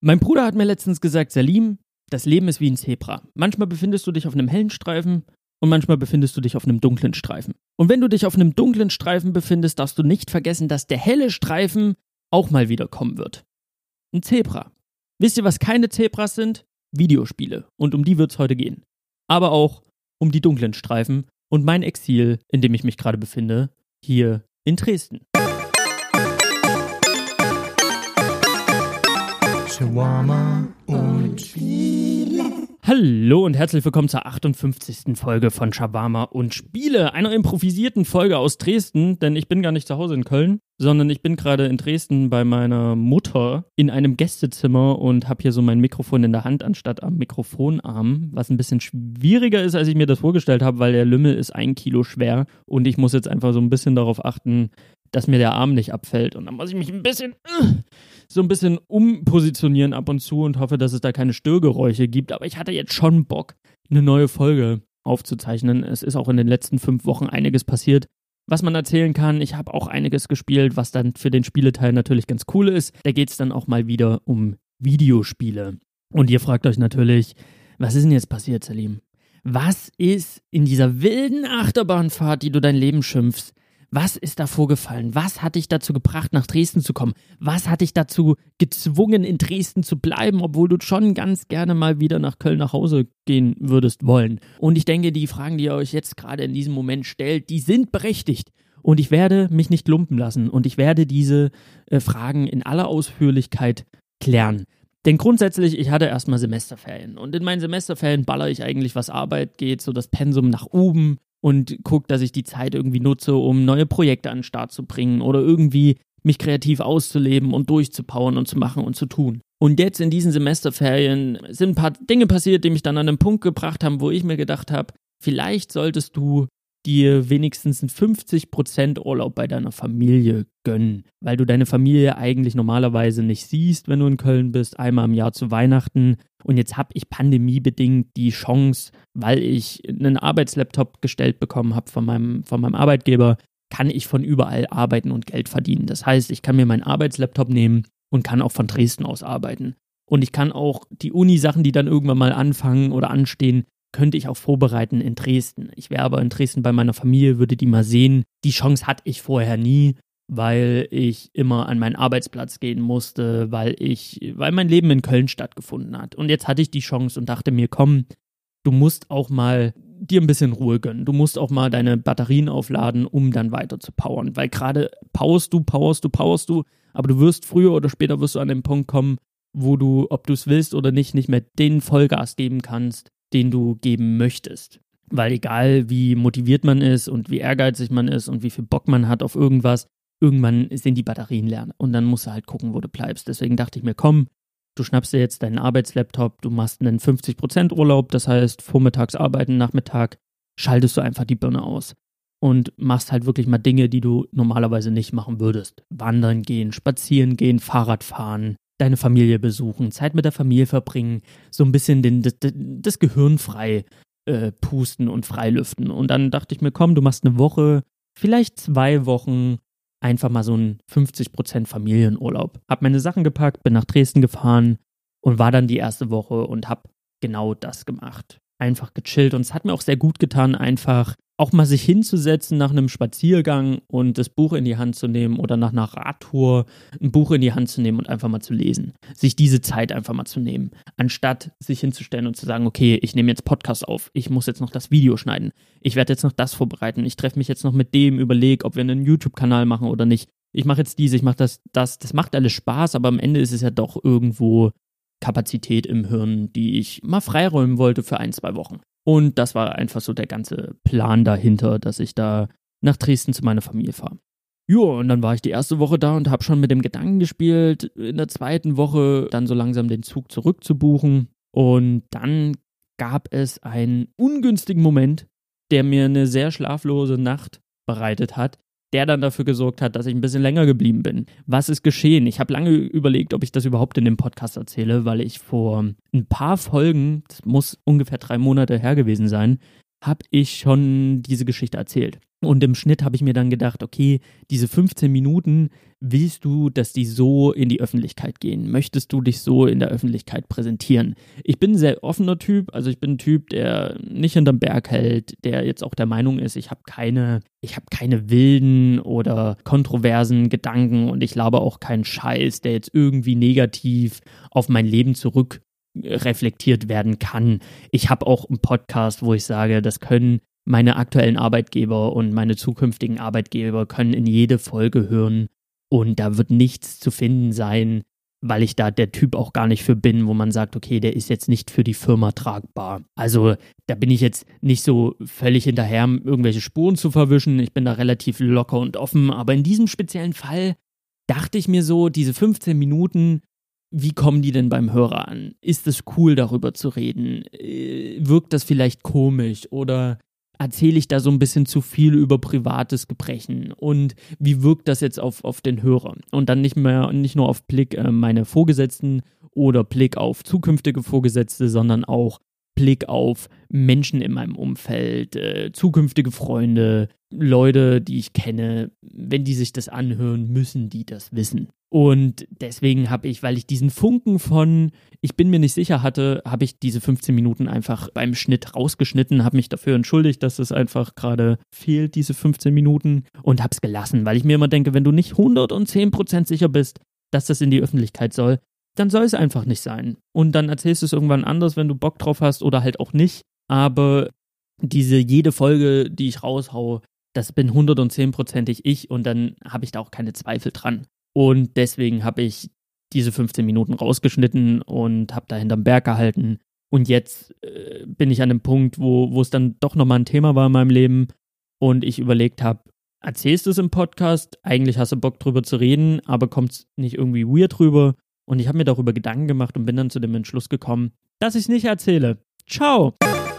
Mein Bruder hat mir letztens gesagt, Salim, das Leben ist wie ein Zebra. Manchmal befindest du dich auf einem hellen Streifen und manchmal befindest du dich auf einem dunklen Streifen. Und wenn du dich auf einem dunklen Streifen befindest, darfst du nicht vergessen, dass der helle Streifen auch mal wieder kommen wird. Ein Zebra. Wisst ihr, was keine Zebras sind? Videospiele. Und um die wird es heute gehen. Aber auch um die dunklen Streifen und mein Exil, in dem ich mich gerade befinde, hier in Dresden. Shawarma und Spiele. Hallo und herzlich willkommen zur 58. Folge von Shawarma und Spiele, einer improvisierten Folge aus Dresden, denn ich bin gar nicht zu Hause in Köln, sondern ich bin gerade in Dresden bei meiner Mutter in einem Gästezimmer und habe hier so mein Mikrofon in der Hand anstatt am Mikrofonarm, was ein bisschen schwieriger ist, als ich mir das vorgestellt habe, weil der Lümmel ist 1 Kilo schwer und ich muss jetzt einfach so ein bisschen darauf achten, dass mir der Arm nicht abfällt. Und dann muss ich mich so ein bisschen umpositionieren ab und zu und hoffe, dass es da keine Störgeräusche gibt. Aber ich hatte jetzt schon Bock, eine neue Folge aufzuzeichnen. Es ist auch in den letzten 5 Wochen einiges passiert, was man erzählen kann. Ich habe auch einiges gespielt, was dann für den Spieleteil natürlich ganz cool ist. Da geht es dann auch mal wieder um Videospiele. Und ihr fragt euch natürlich, was ist denn jetzt passiert, Salim? Was ist in dieser wilden Achterbahnfahrt, die du dein Leben schimpfst? Was ist da vorgefallen? Was hat dich dazu gebracht, nach Dresden zu kommen? Was hat dich dazu gezwungen, in Dresden zu bleiben, obwohl du schon ganz gerne mal wieder nach Köln nach Hause gehen würdest wollen? Und ich denke, die Fragen, die ihr euch jetzt gerade in diesem Moment stellt, die sind berechtigt. Und ich werde mich nicht lumpen lassen und ich werde diese Fragen in aller Ausführlichkeit klären. Denn grundsätzlich, ich hatte erstmal Semesterferien und in meinen Semesterferien baller ich eigentlich, was Arbeit geht, so das Pensum nach oben. Und gucke, dass ich die Zeit irgendwie nutze, um neue Projekte an den Start zu bringen oder irgendwie mich kreativ auszuleben und durchzupowern und zu machen und zu tun. Und jetzt in diesen Semesterferien sind ein paar Dinge passiert, die mich dann an einen Punkt gebracht haben, wo ich mir gedacht habe, vielleicht solltest du dir wenigstens einen 50% Urlaub bei deiner Familie gönnen, weil du deine Familie eigentlich normalerweise nicht siehst, wenn du in Köln bist, einmal im Jahr zu Weihnachten. Und jetzt habe ich pandemiebedingt die Chance, weil ich einen Arbeitslaptop gestellt bekommen habe von meinem Arbeitgeber, kann ich von überall arbeiten und Geld verdienen. Das heißt, ich kann mir meinen Arbeitslaptop nehmen und kann auch von Dresden aus arbeiten. Und ich kann auch die Uni-Sachen, die dann irgendwann mal anfangen oder anstehen, könnte ich auch vorbereiten in Dresden. Ich wäre aber in Dresden bei meiner Familie, würde die mal sehen. Die Chance hatte ich vorher nie, weil ich immer an meinen Arbeitsplatz gehen musste, weil mein Leben in Köln stattgefunden hat. Und jetzt hatte ich die Chance und dachte mir, komm, du musst auch mal dir ein bisschen Ruhe gönnen. Du musst auch mal deine Batterien aufladen, um dann weiter zu powern. Weil gerade powerst du, aber du wirst früher oder später wirst du an den Punkt kommen, wo du, ob du es willst oder nicht mehr den Vollgas geben kannst, den du geben möchtest. Weil egal wie motiviert man ist und wie ehrgeizig man ist und wie viel Bock man hat auf irgendwas, irgendwann sind die Batterien leer und dann musst du halt gucken, wo du bleibst. Deswegen dachte ich mir, komm, du schnappst dir jetzt deinen Arbeitslaptop, du machst einen 50% Urlaub, das heißt vormittags arbeiten, Nachmittag schaltest du einfach die Birne aus und machst halt wirklich mal Dinge, die du normalerweise nicht machen würdest. Wandern gehen, spazieren gehen, Fahrrad fahren, deine Familie besuchen, Zeit mit der Familie verbringen, so ein bisschen das Gehirn frei pusten und freilüften. Und dann dachte ich mir, komm, du machst eine Woche, vielleicht 2 Wochen, einfach mal so einen 50% Familienurlaub. Hab meine Sachen gepackt, bin nach Dresden gefahren und war dann die erste Woche und hab genau das gemacht. Einfach gechillt und es hat mir auch sehr gut getan, einfach auch mal sich hinzusetzen nach einem Spaziergang und das Buch in die Hand zu nehmen oder nach einer Radtour ein Buch in die Hand zu nehmen und einfach mal zu lesen. Sich diese Zeit einfach mal zu nehmen, anstatt sich hinzustellen und zu sagen, okay, ich nehme jetzt Podcast auf, ich muss jetzt noch das Video schneiden, ich werde jetzt noch das vorbereiten, ich treffe mich jetzt noch mit dem, überlege, ob wir einen YouTube-Kanal machen oder nicht. Ich mache jetzt ich mache das macht alles Spaß, aber am Ende ist es ja doch irgendwo Kapazität im Hirn, die ich mal freiräumen wollte für 1-2 Wochen. Und das war einfach so der ganze Plan dahinter, dass ich da nach Dresden zu meiner Familie fahre. Jo, und dann war ich die erste Woche da und habe schon mit dem Gedanken gespielt, in der zweiten Woche dann so langsam den Zug zurückzubuchen. Und dann gab es einen ungünstigen Moment, der mir eine sehr schlaflose Nacht bereitet hat, der dann dafür gesorgt hat, dass ich ein bisschen länger geblieben bin. Was ist geschehen? Ich habe lange überlegt, ob ich das überhaupt in dem Podcast erzähle, weil ich vor ein paar Folgen, das muss ungefähr 3 Monate her gewesen sein, habe ich schon diese Geschichte erzählt. Und im Schnitt habe ich mir dann gedacht, okay, diese 15 Minuten, willst du, dass die so in die Öffentlichkeit gehen? Möchtest du dich so in der Öffentlichkeit präsentieren? Ich bin ein sehr offener Typ, also ich bin ein Typ, der nicht hinterm Berg hält, der jetzt auch der Meinung ist, ich habe keine wilden oder kontroversen Gedanken und ich laber auch keinen Scheiß, der jetzt irgendwie negativ auf mein Leben zurückreflektiert werden kann. Ich habe auch einen Podcast, wo ich sage, das können meine aktuellen Arbeitgeber und meine zukünftigen Arbeitgeber können in jede Folge hören und da wird nichts zu finden sein, weil ich da der Typ auch gar nicht für bin, wo man sagt, okay, der ist jetzt nicht für die Firma tragbar. Also da bin ich jetzt nicht so völlig hinterher, irgendwelche Spuren zu verwischen. Ich bin da relativ locker und offen, aber in diesem speziellen Fall dachte ich mir so, diese 15 Minuten, wie kommen die denn beim Hörer an? Ist es cool, darüber zu reden? Wirkt das vielleicht komisch oder erzähle ich da so ein bisschen zu viel über privates Gebrechen und wie wirkt das jetzt auf den Hörer? Und dann nicht nur auf Blick meine Vorgesetzten oder Blick auf zukünftige Vorgesetzte, sondern auch Blick auf Menschen in meinem Umfeld, zukünftige Freunde, Leute, die ich kenne. Wenn die sich das anhören, müssen die das wissen. Und deswegen habe ich, weil ich diesen Funken von ich bin mir nicht sicher hatte, habe ich diese 15 Minuten einfach beim Schnitt rausgeschnitten, habe mich dafür entschuldigt, dass es einfach gerade fehlt, diese 15 Minuten und habe es gelassen, weil ich mir immer denke, wenn du nicht 110% sicher bist, dass das in die Öffentlichkeit soll, dann soll es einfach nicht sein. Und dann erzählst du es irgendwann anders, wenn du Bock drauf hast oder halt auch nicht. Aber jede Folge, die ich raushaue, das bin 110%ig ich und dann habe ich da auch keine Zweifel dran. Und deswegen habe ich diese 15 Minuten rausgeschnitten und habe da hinterm Berg gehalten. Und jetzt bin ich an dem Punkt, wo es dann doch nochmal ein Thema war in meinem Leben und ich überlegt habe, erzählst du es im Podcast? Eigentlich hast du Bock drüber zu reden, aber kommt es nicht irgendwie weird rüber? Und ich habe mir darüber Gedanken gemacht und bin dann zu dem Entschluss gekommen, dass ich es nicht erzähle. Ciao!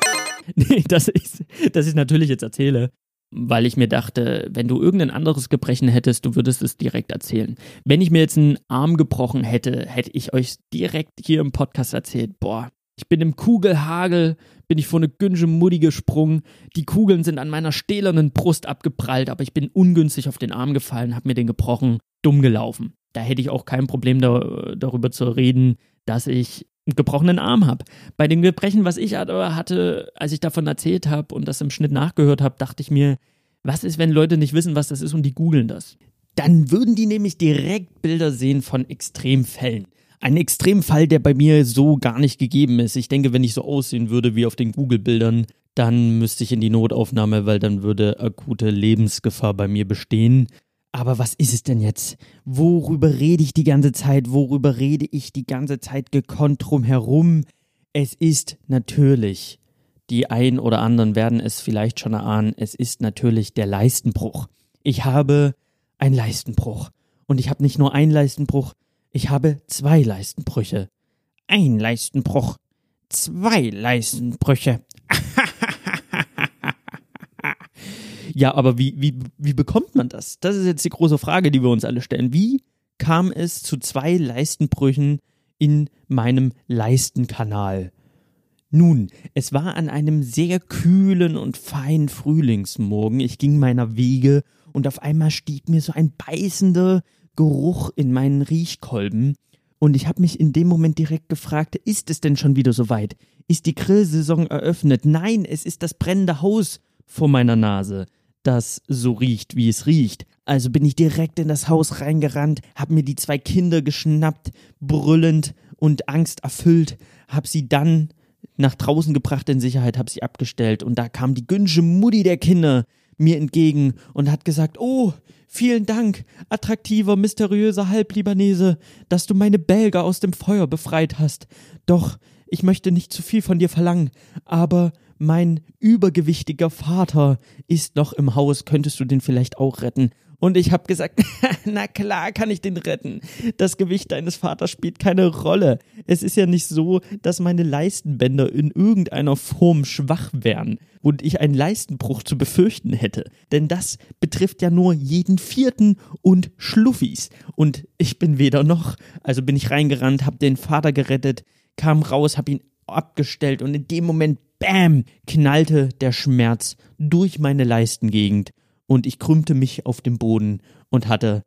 Nee, dass ich es natürlich jetzt erzähle, weil ich mir dachte, wenn du irgendein anderes Gebrechen hättest, du würdest es direkt erzählen. Wenn ich mir jetzt einen Arm gebrochen hätte, hätte ich euch direkt hier im Podcast erzählt, boah, ich bin im Kugelhagel, bin ich vor eine Günsche Mutti gesprungen, die Kugeln sind an meiner stählernen Brust abgeprallt, aber ich bin ungünstig auf den Arm gefallen, hab mir den gebrochen, dumm gelaufen. Da hätte ich auch kein Problem darüber zu reden, dass ich einen gebrochenen Arm habe. Bei dem Gebrechen, was ich hatte, als ich davon erzählt habe und das im Schnitt nachgehört habe, dachte ich mir, was ist, wenn Leute nicht wissen, was das ist und die googeln das? Dann würden die nämlich direkt Bilder sehen von Extremfällen. Ein Extremfall, der bei mir so gar nicht gegeben ist. Ich denke, wenn ich so aussehen würde wie auf den Google-Bildern, dann müsste ich in die Notaufnahme, weil dann würde akute Lebensgefahr bei mir bestehen. Aber was ist es denn jetzt? Worüber rede ich die ganze Zeit? Worüber rede ich die ganze Zeit gekonnt drumherum? Es ist natürlich, die ein oder anderen werden es vielleicht schon erahnen, es ist natürlich der Leistenbruch. Ich habe einen Leistenbruch. Und ich habe nicht nur einen Leistenbruch, ich habe 2 Leistenbrüche. Ein Leistenbruch, 2 Leistenbrüche. Ja, aber wie bekommt man das? Das ist jetzt die große Frage, die wir uns alle stellen. Wie kam es zu 2 Leistenbrüchen in meinem Leistenkanal? Nun, es war an einem sehr kühlen und feinen Frühlingsmorgen. Ich ging meiner Wege und auf einmal stieg mir so ein beißender Geruch in meinen Riechkolben. Und ich habe mich in dem Moment direkt gefragt, ist es denn schon wieder soweit? Ist die Grillsaison eröffnet? Nein, es ist das brennende Haus vor meiner Nase, das so riecht, wie es riecht. Also bin ich direkt in das Haus reingerannt, habe mir die 2 Kinder geschnappt, brüllend und angsterfüllt, habe sie dann nach draußen gebracht in Sicherheit, habe sie abgestellt und da kam die Günsche Mutti der Kinder mir entgegen und hat gesagt, oh, vielen Dank, attraktiver, mysteriöser Halblibanese, dass du meine Belger aus dem Feuer befreit hast. Doch, ich möchte nicht zu viel von dir verlangen, aber mein übergewichtiger Vater ist noch im Haus, könntest du den vielleicht auch retten? Und ich habe gesagt, na klar kann ich den retten. Das Gewicht deines Vaters spielt keine Rolle. Es ist ja nicht so, dass meine Leistenbänder in irgendeiner Form schwach wären und ich einen Leistenbruch zu befürchten hätte. Denn das betrifft ja nur jeden 4. und Schluffis. Und ich bin weder noch. Also bin ich reingerannt, habe den Vater gerettet, kam raus, habe ihn abgestellt und in dem Moment, bam, knallte der Schmerz durch meine Leistengegend und ich krümmte mich auf dem Boden und hatte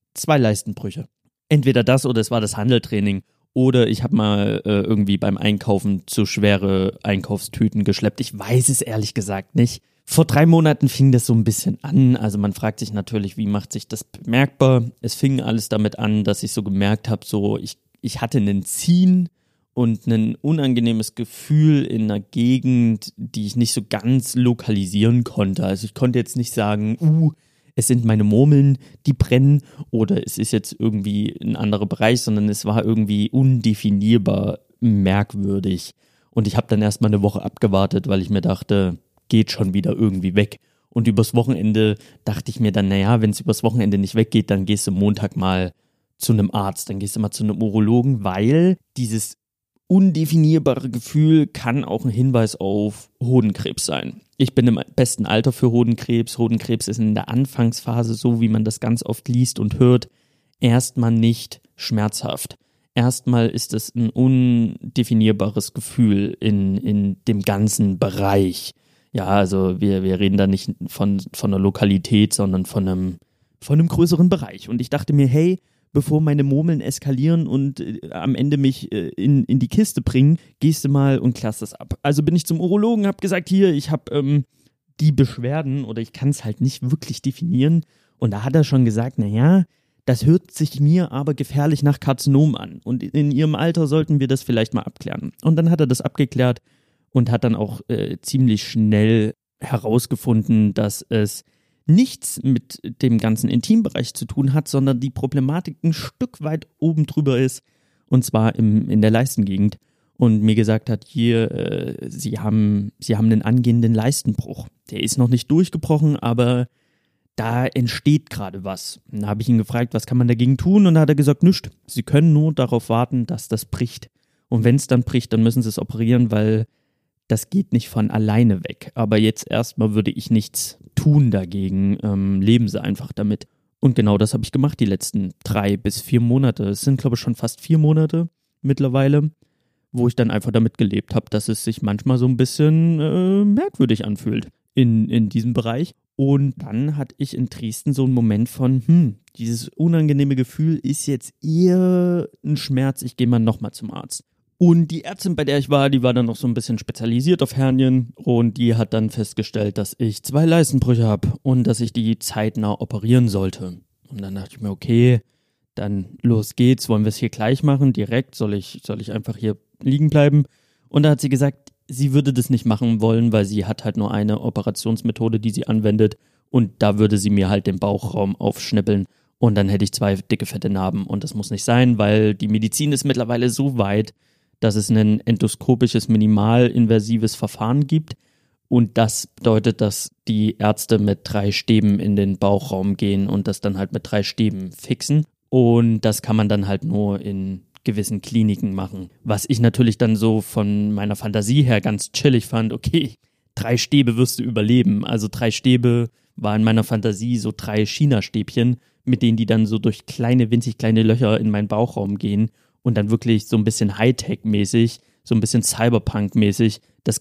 2 Leistenbrüche. Entweder das oder es war das Handeltraining oder ich habe mal irgendwie beim Einkaufen zu schwere Einkaufstüten geschleppt. Ich weiß es ehrlich gesagt nicht. Vor 3 Monaten fing das so ein bisschen an. Also man fragt sich natürlich, wie macht sich das bemerkbar? Es fing alles damit an, dass ich so gemerkt habe, so ich hatte einen Ziehen und ein unangenehmes Gefühl in einer Gegend, die ich nicht so ganz lokalisieren konnte. Also ich konnte jetzt nicht sagen, es sind meine Murmeln, die brennen oder es ist jetzt irgendwie ein anderer Bereich, sondern es war irgendwie undefinierbar merkwürdig. Und ich habe dann erstmal eine Woche abgewartet, weil ich mir dachte, geht schon wieder irgendwie weg. Und übers Wochenende dachte ich mir dann, naja, wenn es übers Wochenende nicht weggeht, dann gehst du Montag mal zu einem Arzt, dann gehst du mal zu einem Urologen, weil dieses undefinierbare Gefühl kann auch ein Hinweis auf Hodenkrebs sein. Ich bin im besten Alter für Hodenkrebs. Hodenkrebs ist in der Anfangsphase, so wie man das ganz oft liest und hört, erstmal nicht schmerzhaft. Erstmal ist es ein undefinierbares Gefühl in dem ganzen Bereich. Ja, also wir reden da nicht von einer Lokalität, sondern von einem größeren Bereich. Und ich dachte mir, hey, bevor meine Murmeln eskalieren und am Ende mich in die Kiste bringen, gehst du mal und klärst das ab. Also bin ich zum Urologen, habe gesagt, hier, ich habe die Beschwerden oder ich kann es halt nicht wirklich definieren. Und da hat er schon gesagt, naja, das hört sich mir aber gefährlich nach Karzinom an. Und in ihrem Alter sollten wir das vielleicht mal abklären. Und dann hat er das abgeklärt und hat dann auch ziemlich schnell herausgefunden, dass es nichts mit dem ganzen Intimbereich zu tun hat, sondern die Problematik ein Stück weit oben drüber ist, und zwar in der Leistengegend. Und mir gesagt hat, hier, Sie haben einen angehenden Leistenbruch. Der ist noch nicht durchgebrochen, aber da entsteht gerade was. Dann habe ich ihn gefragt, was kann man dagegen tun? Und da hat er gesagt, nichts. Sie können nur darauf warten, dass das bricht. Und wenn es dann bricht, dann müssen Sie es operieren, weil das geht nicht von alleine weg. Aber jetzt erstmal würde ich nichts tun dagegen. Leben Sie einfach damit. Und genau das habe ich gemacht die letzten 3 bis 4 Monate. Es sind, glaube ich, schon fast 4 Monate mittlerweile, wo ich dann einfach damit gelebt habe, dass es sich manchmal so ein bisschen merkwürdig anfühlt in diesem Bereich. Und dann hatte ich in Dresden so einen Moment von, dieses unangenehme Gefühl ist jetzt eher ein Schmerz, ich gehe mal nochmal zum Arzt. Und die Ärztin, bei der ich war, die war dann noch so ein bisschen spezialisiert auf Hernien und die hat dann festgestellt, dass ich 2 Leistenbrüche habe und dass ich die zeitnah operieren sollte. Und dann dachte ich mir, okay, dann los geht's, wollen wir es hier gleich machen, direkt, soll ich einfach hier liegen bleiben? Und da hat sie gesagt, sie würde das nicht machen wollen, weil sie hat halt nur eine Operationsmethode, die sie anwendet und da würde sie mir halt den Bauchraum aufschnippeln und dann hätte ich 2 dicke, fette Narben und das muss nicht sein, weil die Medizin ist mittlerweile so weit, dass es ein endoskopisches, minimalinvasives Verfahren gibt und das bedeutet, dass die Ärzte mit 3 Stäben in den Bauchraum gehen und das dann halt mit 3 Stäben fixen und das kann man dann halt nur in gewissen Kliniken machen. Was ich natürlich dann so von meiner Fantasie her ganz chillig fand, okay, 3 Stäbe wirst du überleben. Also 3 Stäbe war in meiner Fantasie so 3 China-Stäbchen, mit denen die dann so durch winzig kleine Löcher in meinen Bauchraum gehen und dann wirklich so ein bisschen Hightech-mäßig, so ein bisschen Cyberpunk-mäßig das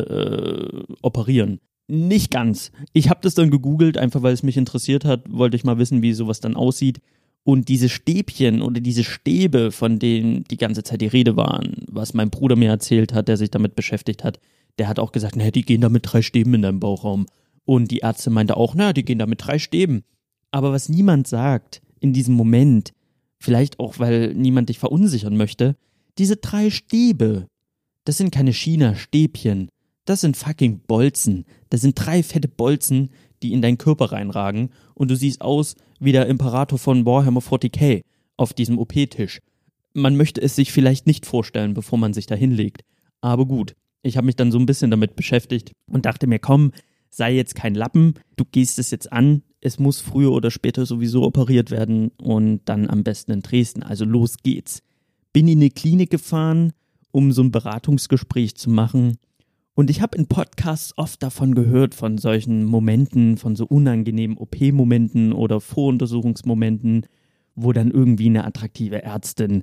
Ganze operieren. Nicht ganz. Ich habe das dann gegoogelt, einfach weil es mich interessiert hat, wollte ich mal wissen, wie sowas dann aussieht. Und diese Stäbchen oder diese Stäbe, von denen die ganze Zeit die Rede waren, was mein Bruder mir erzählt hat, der sich damit beschäftigt hat, der hat auch gesagt, die gehen da mit 3 Stäben in deinem Bauchraum. Und die Ärzte meinte auch, die gehen da mit 3 Stäben. Aber was niemand sagt in diesem Moment, vielleicht auch, weil niemand dich verunsichern möchte, diese 3 Stäbe, das sind keine China-Stäbchen, das sind fucking Bolzen. Das sind 3 fette Bolzen, die in deinen Körper reinragen und du siehst aus wie der Imperator von Warhammer 40k auf diesem OP-Tisch. Man möchte es sich vielleicht nicht vorstellen, bevor man sich da hinlegt. Aber gut, ich habe mich dann so ein bisschen damit beschäftigt und dachte mir, komm, sei jetzt kein Lappen, du gehst es jetzt an, es muss früher oder später sowieso operiert werden und dann am besten in Dresden, also los geht's. Bin in eine Klinik gefahren, um so ein Beratungsgespräch zu machen. Und ich habe in Podcasts oft davon gehört, von solchen Momenten, von so unangenehmen OP-Momenten oder Voruntersuchungsmomenten, wo dann irgendwie eine attraktive Ärztin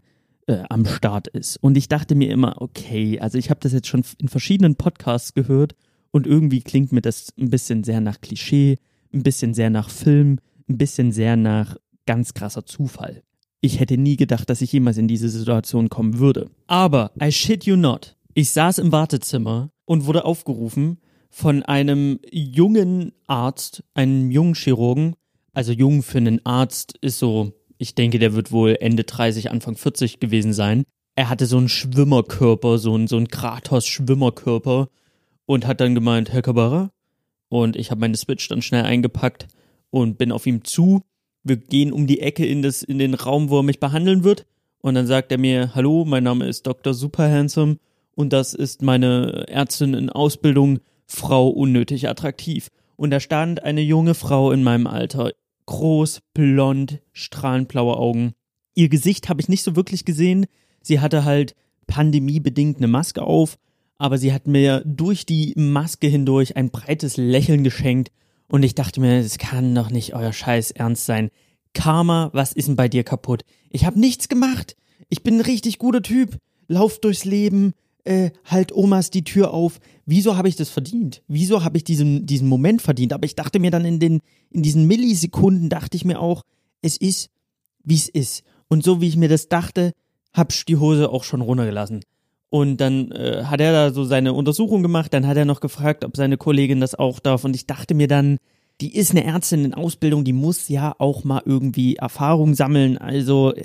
am Start ist. Und ich dachte mir immer, okay, also ich habe das jetzt schon in verschiedenen Podcasts gehört und irgendwie klingt mir das ein bisschen sehr nach Klischee, ein bisschen sehr nach Film, ein bisschen sehr nach ganz krasser Zufall. Ich hätte nie gedacht, dass ich jemals in diese Situation kommen würde. Aber, I shit you not, ich saß im Wartezimmer und wurde aufgerufen von einem jungen Arzt, einem jungen Chirurgen. Also jung für einen Arzt ist so, ich denke, der wird wohl Ende 30, Anfang 40 gewesen sein. Er hatte so einen Schwimmerkörper, so einen Kratos-Schwimmerkörper und hat dann gemeint, Herr Kabara? Und ich habe meine Switch dann schnell eingepackt und bin auf ihm zu. Wir gehen um die Ecke in den Raum, wo er mich behandeln wird. Und dann sagt er mir, hallo, mein Name ist Dr. Superhandsome und das ist meine Ärztin in Ausbildung, Frau unnötig attraktiv. Und da stand eine junge Frau in meinem Alter, groß, blond, strahlend blaue Augen. Ihr Gesicht habe ich nicht so wirklich gesehen. Sie hatte halt pandemiebedingt eine Maske auf, aber sie hat mir durch die Maske hindurch ein breites Lächeln geschenkt und ich dachte mir, das kann doch nicht euer Scheiß Ernst sein. Karma, was ist denn bei dir kaputt? Ich habe nichts gemacht. Ich bin ein richtig guter Typ. Lauf durchs Leben, halt Omas die Tür auf. Wieso habe ich das verdient? Wieso habe ich diesen Moment verdient? Aber ich dachte mir dann in diesen Millisekunden, dachte ich mir auch, es ist, wie es ist. Und so wie ich mir das dachte, hab ich die Hose auch schon runtergelassen. Und dann hat er da so seine Untersuchung gemacht, dann hat er noch gefragt, ob seine Kollegin das auch darf. Und ich dachte mir dann, die ist eine Ärztin in Ausbildung, die muss ja auch mal irgendwie Erfahrung sammeln. Also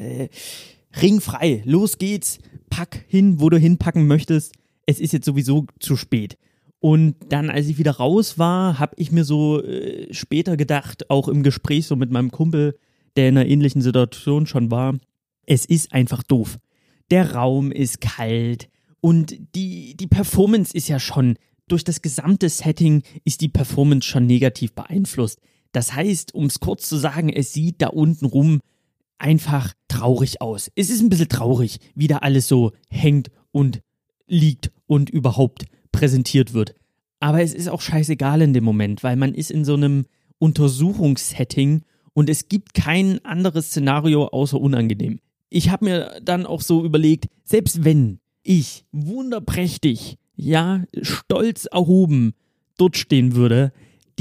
ringfrei, los geht's, pack hin, wo du hinpacken möchtest. Es ist jetzt sowieso zu spät. Und dann, als ich wieder raus war, habe ich mir so später gedacht, auch im Gespräch so mit meinem Kumpel, der in einer ähnlichen Situation schon war, es ist einfach doof. Der Raum ist kalt und die Performance ist ja schon, durch das gesamte Setting ist die Performance schon negativ beeinflusst. Das heißt, um es kurz zu sagen, es sieht da unten rum einfach traurig aus. Es ist ein bisschen traurig, wie da alles so hängt und liegt und überhaupt präsentiert wird. Aber es ist auch scheißegal in dem Moment, weil man ist in so einem Untersuchungssetting und es gibt kein anderes Szenario außer unangenehm. Ich habe mir dann auch so überlegt, selbst wenn ich wunderprächtig, ja, stolz erhoben dort stehen würde,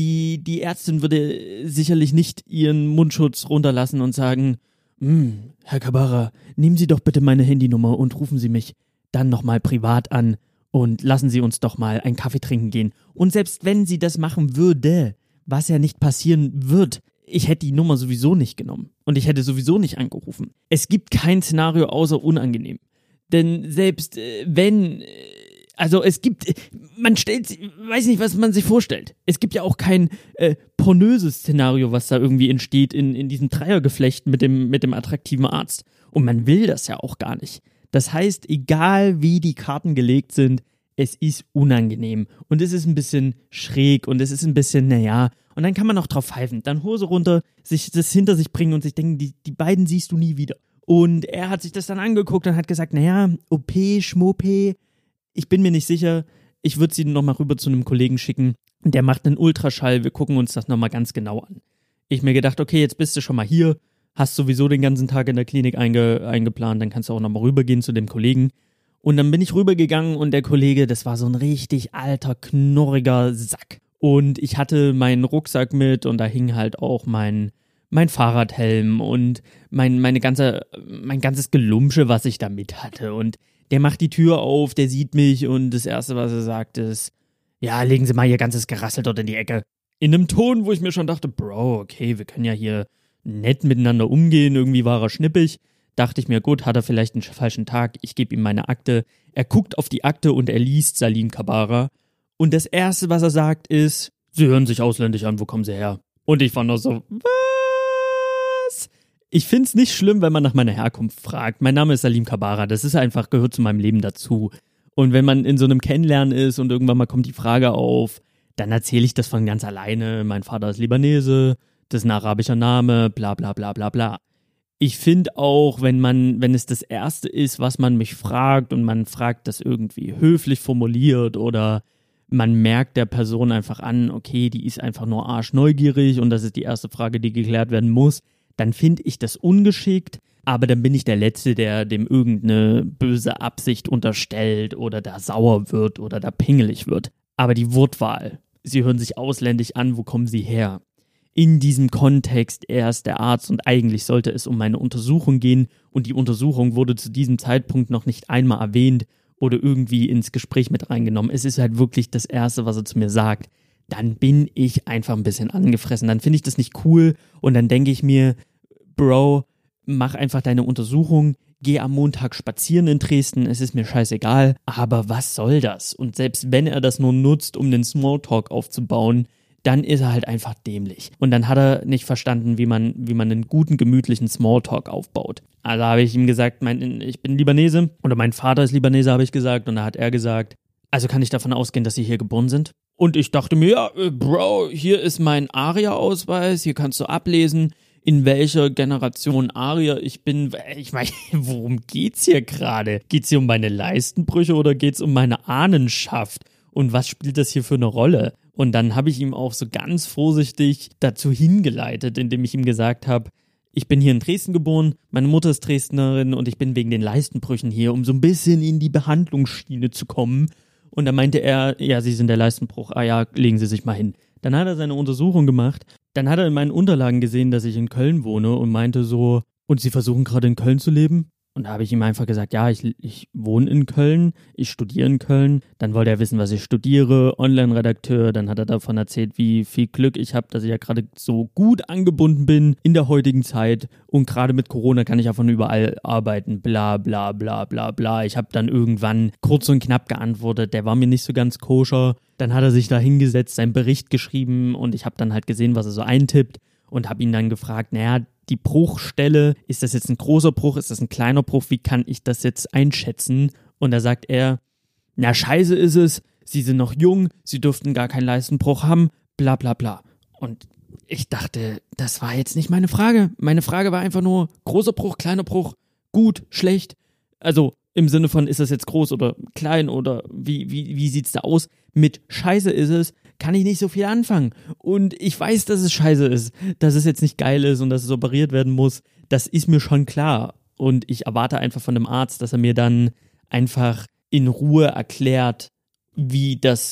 die Ärztin würde sicherlich nicht ihren Mundschutz runterlassen und sagen, Herr Kabara, nehmen Sie doch bitte meine Handynummer und rufen Sie mich dann nochmal privat an und lassen Sie uns doch mal einen Kaffee trinken gehen. Und selbst wenn sie das machen würde, was ja nicht passieren wird, ich hätte die Nummer sowieso nicht genommen und ich hätte sowieso nicht angerufen. Es gibt kein Szenario außer unangenehm. Denn selbst wenn, also es gibt, man stellt, weiß nicht, was man sich vorstellt. Es gibt ja auch kein pornöses Szenario, was da irgendwie entsteht in diesem Dreiergeflecht mit dem attraktiven Arzt. Und man will das ja auch gar nicht. Das heißt, egal wie die Karten gelegt sind, es ist unangenehm und es ist ein bisschen schräg und es ist ein bisschen, naja, und dann kann man noch drauf pfeifen, dann Hose runter, sich das hinter sich bringen und sich denken, die beiden siehst du nie wieder. Und er hat sich das dann angeguckt und hat gesagt, naja, OP, Schmop, ich bin mir nicht sicher, ich würde sie nochmal rüber zu einem Kollegen schicken, der macht einen Ultraschall, wir gucken uns das nochmal ganz genau an. Ich mir gedacht, okay, jetzt bist du schon mal hier, hast sowieso den ganzen Tag in der Klinik eingeplant, dann kannst du auch nochmal rübergehen zu dem Kollegen. Und dann bin ich rübergegangen und der Kollege, das war so ein richtig alter, knorriger Sack. Und ich hatte meinen Rucksack mit und da hing halt auch mein Fahrradhelm und mein ganzes Gelumsche, was ich da mit hatte. Und der macht die Tür auf, der sieht mich und das Erste, was er sagt, ist, ja, legen Sie mal Ihr ganzes Gerassel dort in die Ecke. In einem Ton, wo ich mir schon dachte, Bro, okay, wir können ja hier nett miteinander umgehen, irgendwie war er schnippig. Dachte ich mir, gut, hat er vielleicht einen falschen Tag, ich gebe ihm meine Akte. Er guckt auf die Akte und er liest Salim Kabara. Und das Erste, was er sagt, ist, Sie hören sich ausländisch an, wo kommen Sie her? Und ich war noch so, was? Ich find's nicht schlimm, wenn man nach meiner Herkunft fragt. Mein Name ist Salim Kabara, das ist einfach, gehört zu meinem Leben dazu. Und wenn man in so einem Kennenlernen ist und irgendwann mal kommt die Frage auf, dann erzähle ich das von ganz alleine. Mein Vater ist Libanese, das ist ein arabischer Name, bla bla bla bla bla. Ich finde auch, wenn es das Erste ist, was man mich fragt und man fragt das irgendwie höflich formuliert oder man merkt der Person einfach an, okay, die ist einfach nur arschneugierig und das ist die erste Frage, die geklärt werden muss, dann finde ich das ungeschickt. aber dann bin ich der Letzte, der dem irgendeine böse Absicht unterstellt oder da sauer wird oder da pingelig wird. Aber die Wortwahl, sie hören sich ausländisch an, wo kommen sie her? In diesem Kontext, er ist der Arzt und eigentlich sollte es um meine Untersuchung gehen und die Untersuchung wurde zu diesem Zeitpunkt noch nicht einmal erwähnt oder irgendwie ins Gespräch mit reingenommen. Es ist halt wirklich das Erste, was er zu mir sagt. Dann bin ich einfach ein bisschen angefressen. Dann finde ich das nicht cool und dann denke ich mir, Bro, mach einfach deine Untersuchung, geh am Montag spazieren in Dresden, es ist mir scheißegal, aber was soll das? Und selbst wenn er das nur nutzt, um den Smalltalk aufzubauen, dann ist er halt einfach dämlich. Und dann hat er nicht verstanden, wie man einen guten, gemütlichen Smalltalk aufbaut. Also habe ich ihm gesagt, ich bin Libanese oder mein Vater ist Libanese, habe ich gesagt. Und da hat er gesagt, also kann ich davon ausgehen, dass Sie hier geboren sind? Und ich dachte mir, ja, Bro, hier ist mein ARIA-Ausweis, hier kannst du ablesen, in welcher Generation Arier ich bin. Ich meine, worum geht's hier gerade? Geht's hier um meine Leistenbrüche oder geht's um meine Ahnenschaft? Und was spielt das hier für eine Rolle? Und dann habe ich ihm auch so ganz vorsichtig dazu hingeleitet, indem ich ihm gesagt habe, ich bin hier in Dresden geboren, meine Mutter ist Dresdnerin und ich bin wegen den Leistenbrüchen hier, um so ein bisschen in die Behandlungsschiene zu kommen. Und dann meinte er, ja, Sie sind der Leistenbruch, ah ja, legen Sie sich mal hin. Dann hat er seine Untersuchung gemacht, dann hat er in meinen Unterlagen gesehen, dass ich in Köln wohne und meinte so, und Sie versuchen gerade in Köln zu leben? Und da habe ich ihm einfach gesagt, ja, ich wohne in Köln, ich studiere in Köln. Dann wollte er wissen, was ich studiere, Online-Redakteur. Dann hat er davon erzählt, wie viel Glück ich habe, dass ich ja gerade so gut angebunden bin in der heutigen Zeit. Und gerade mit Corona kann ich ja von überall arbeiten, bla bla bla bla bla. Ich habe dann irgendwann kurz und knapp geantwortet, der war mir nicht so ganz koscher. Dann hat er sich da hingesetzt, seinen Bericht geschrieben und ich habe dann halt gesehen, was er so eintippt und habe ihn dann gefragt, naja, die Bruchstelle, ist das jetzt ein großer Bruch, ist das ein kleiner Bruch, wie kann ich das jetzt einschätzen? Und da sagt er, na scheiße ist es, Sie sind noch jung, Sie dürften gar keinen Leistenbruch haben, bla bla bla. Und ich dachte, das war jetzt nicht meine Frage. Meine Frage war einfach nur, großer Bruch, kleiner Bruch, gut, schlecht. Also im Sinne von, ist das jetzt groß oder klein oder wie sieht's da aus? Mit scheiße ist es, kann ich nicht so viel anfangen. Und ich weiß, dass es scheiße ist, dass es jetzt nicht geil ist und dass es operiert werden muss. Das ist mir schon klar. Und ich erwarte einfach von dem Arzt, dass er mir dann einfach in Ruhe erklärt, wie das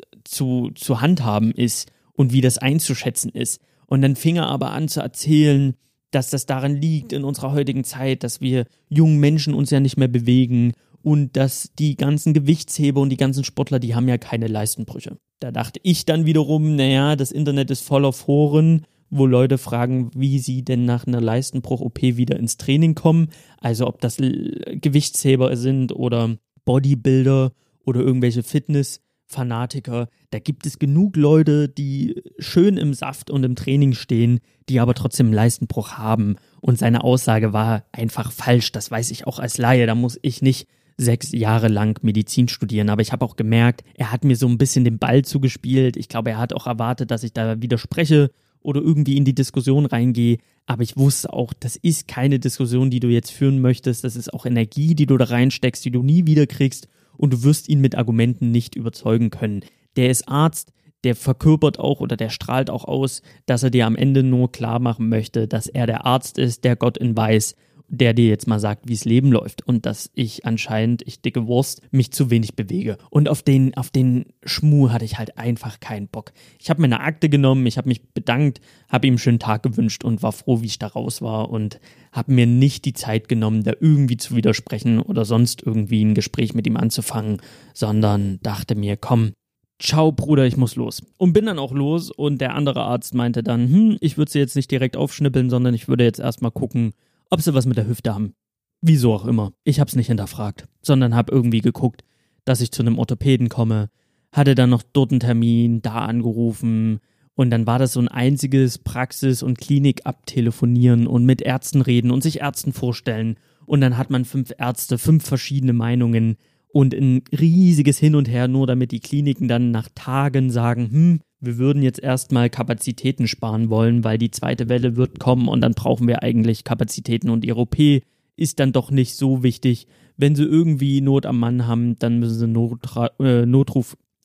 zu handhaben ist und wie das einzuschätzen ist. Und dann fing er aber an zu erzählen, dass das daran liegt in unserer heutigen Zeit, dass wir jungen Menschen uns ja nicht mehr bewegen und dass die ganzen Gewichtsheber und die ganzen Sportler, die haben ja keine Leistenbrüche. Da dachte ich dann wiederum, naja, das Internet ist voller Foren, wo Leute fragen, wie sie denn nach einer Leistenbruch-OP wieder ins Training kommen. Also ob das Gewichtsheber sind oder Bodybuilder oder irgendwelche Fitness-Fanatiker. Da gibt es genug Leute, die schön im Saft und im Training stehen, die aber trotzdem einen Leistenbruch haben. Und seine Aussage war einfach falsch. Das weiß ich auch als Laie. Da muss ich nicht 6 Jahre lang Medizin studieren, aber ich habe auch gemerkt, er hat mir so ein bisschen den Ball zugespielt. Ich glaube, er hat auch erwartet, dass ich da widerspreche oder irgendwie in die Diskussion reingehe, aber ich wusste auch, das ist keine Diskussion, die du jetzt führen möchtest, das ist auch Energie, die du da reinsteckst, die du nie wieder kriegst und du wirst ihn mit Argumenten nicht überzeugen können. Der ist Arzt, der verkörpert auch oder der strahlt auch aus, dass er dir am Ende nur klar machen möchte, dass er der Arzt ist, der Gott in Weiß, der dir jetzt mal sagt, wie es Leben läuft und dass ich anscheinend, ich dicke Wurst, mich zu wenig bewege. Und auf den Schmuh hatte ich halt einfach keinen Bock. Ich habe mir eine Akte genommen, ich habe mich bedankt, habe ihm einen schönen Tag gewünscht und war froh, wie ich da raus war und habe mir nicht die Zeit genommen, da irgendwie zu widersprechen oder sonst irgendwie ein Gespräch mit ihm anzufangen, sondern dachte mir, komm, ciao Bruder, ich muss los. Und bin dann auch los und der andere Arzt meinte dann, ich würde sie jetzt nicht direkt aufschnippeln, sondern ich würde jetzt erstmal gucken, ob sie was mit der Hüfte haben. Wieso auch immer. Ich hab's nicht hinterfragt, sondern hab irgendwie geguckt, dass ich zu einem Orthopäden komme, hatte dann noch dort einen Termin, da angerufen und dann war das so ein einziges Praxis- und Klinik abtelefonieren und mit Ärzten reden und sich Ärzten vorstellen und dann hat man 5 Ärzte, 5 verschiedene Meinungen und ein riesiges Hin und Her, nur damit die Kliniken dann nach Tagen sagen, wir würden jetzt erstmal Kapazitäten sparen wollen, weil die zweite Welle wird kommen und dann brauchen wir eigentlich Kapazitäten und ihre OP ist dann doch nicht so wichtig. Wenn sie irgendwie Not am Mann haben, dann müssen sie Notruf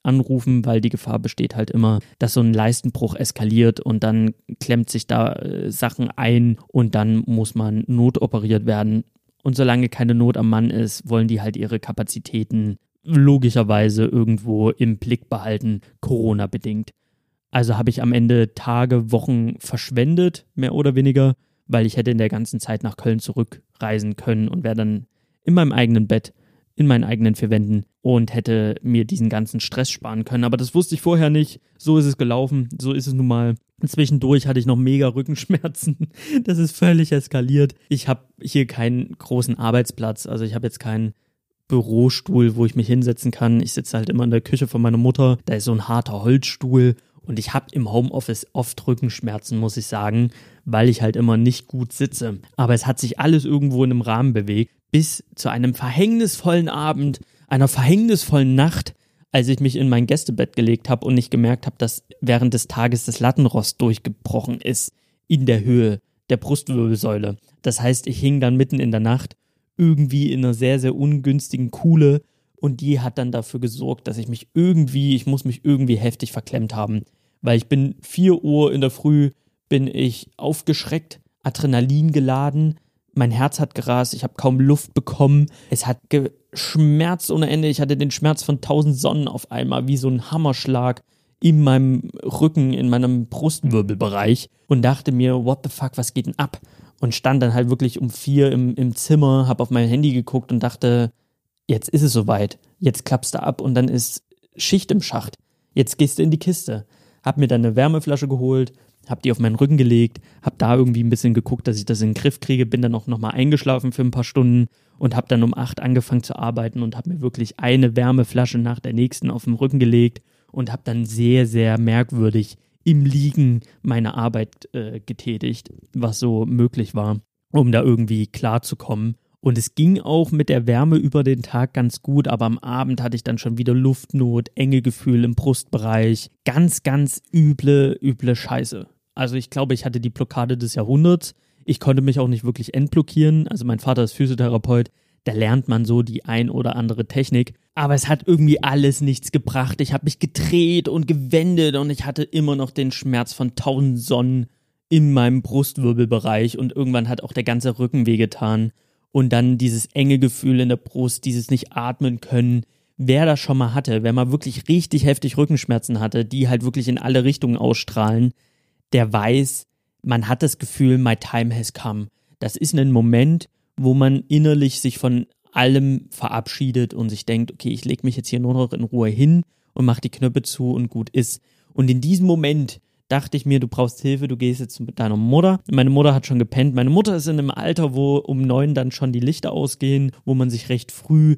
anrufen, weil die Gefahr besteht halt immer, dass so ein Leistenbruch eskaliert und dann klemmt sich da Sachen ein und dann muss man notoperiert werden. Und solange keine Not am Mann ist, wollen die halt ihre Kapazitäten logischerweise irgendwo im Blick behalten, Corona-bedingt. Also habe ich am Ende Tage, Wochen verschwendet, mehr oder weniger, weil ich hätte in der ganzen Zeit nach Köln zurückreisen können und wäre dann in meinem eigenen Bett, in meinen eigenen vier Wänden und hätte mir diesen ganzen Stress sparen können. Aber das wusste ich vorher nicht. So ist es gelaufen, so ist es nun mal. Zwischendurch hatte ich noch mega Rückenschmerzen. Das ist völlig eskaliert. Ich habe hier keinen großen Arbeitsplatz, also ich habe jetzt keinen Bürostuhl, wo ich mich hinsetzen kann. Ich sitze halt immer in der Küche von meiner Mutter. Da ist so ein harter Holzstuhl. Und ich habe im Homeoffice oft Rückenschmerzen, muss ich sagen, weil ich halt immer nicht gut sitze. Aber es hat sich alles irgendwo in einem Rahmen bewegt, bis zu einem verhängnisvollen Abend, einer verhängnisvollen Nacht, als ich mich in mein Gästebett gelegt habe und nicht gemerkt habe, dass während des Tages das Lattenrost durchgebrochen ist in der Höhe der Brustwirbelsäule. Das heißt, ich hing dann mitten in der Nacht irgendwie in einer sehr, sehr ungünstigen Kuhle und die hat dann dafür gesorgt, dass ich muss mich irgendwie heftig verklemmt haben. Weil ich bin 4 Uhr in der Früh, bin ich aufgeschreckt, Adrenalin geladen, mein Herz hat gerast, ich habe kaum Luft bekommen, es hat geschmerzt ohne Ende, ich hatte den Schmerz von 1000 Sonnen auf einmal, wie so ein Hammerschlag in meinem Rücken, in meinem Brustwirbelbereich und dachte mir, what the fuck, was geht denn ab? Und stand dann halt wirklich um 4 im Zimmer, habe auf mein Handy geguckt und dachte, jetzt ist es soweit, jetzt klappst du ab und dann ist Schicht im Schacht, jetzt gehst du in die Kiste. Hab mir dann eine Wärmeflasche geholt, hab die auf meinen Rücken gelegt, hab da irgendwie ein bisschen geguckt, dass ich das in den Griff kriege, bin dann auch nochmal eingeschlafen für ein paar Stunden und hab dann um 8 angefangen zu arbeiten und hab mir wirklich eine Wärmeflasche nach der nächsten auf den Rücken gelegt und hab dann sehr, sehr merkwürdig im Liegen meine Arbeit getätigt, was so möglich war, um da irgendwie klarzukommen. Und es ging auch mit der Wärme über den Tag ganz gut, aber am Abend hatte ich dann schon wieder Luftnot, enge Gefühl im Brustbereich. Ganz, ganz üble Scheiße. Also ich glaube, ich hatte die Blockade des Jahrhunderts. Ich konnte mich auch nicht wirklich entblockieren. Also mein Vater ist Physiotherapeut. Da lernt man so die ein oder andere Technik. Aber es hat irgendwie alles nichts gebracht. Ich habe mich gedreht und gewendet und ich hatte immer noch den Schmerz von 1000 Sonnen in meinem Brustwirbelbereich und irgendwann hat auch der ganze Rücken wehgetan. Und dann dieses enge Gefühl in der Brust, dieses nicht atmen können. Wer das schon mal hatte, wer mal wirklich richtig heftig Rückenschmerzen hatte, die halt wirklich in alle Richtungen ausstrahlen, der weiß, man hat das Gefühl, my time has come. Das ist ein Moment, wo man innerlich sich von allem verabschiedet und sich denkt, okay, ich lege mich jetzt hier nur noch in Ruhe hin und mache die Knöpfe zu und gut ist. Und in diesem Moment dachte ich mir, du brauchst Hilfe, du gehst jetzt mit deiner Mutter. Meine Mutter hat schon gepennt. Meine Mutter ist in einem Alter, wo um 9 dann schon die Lichter ausgehen, wo man sich recht früh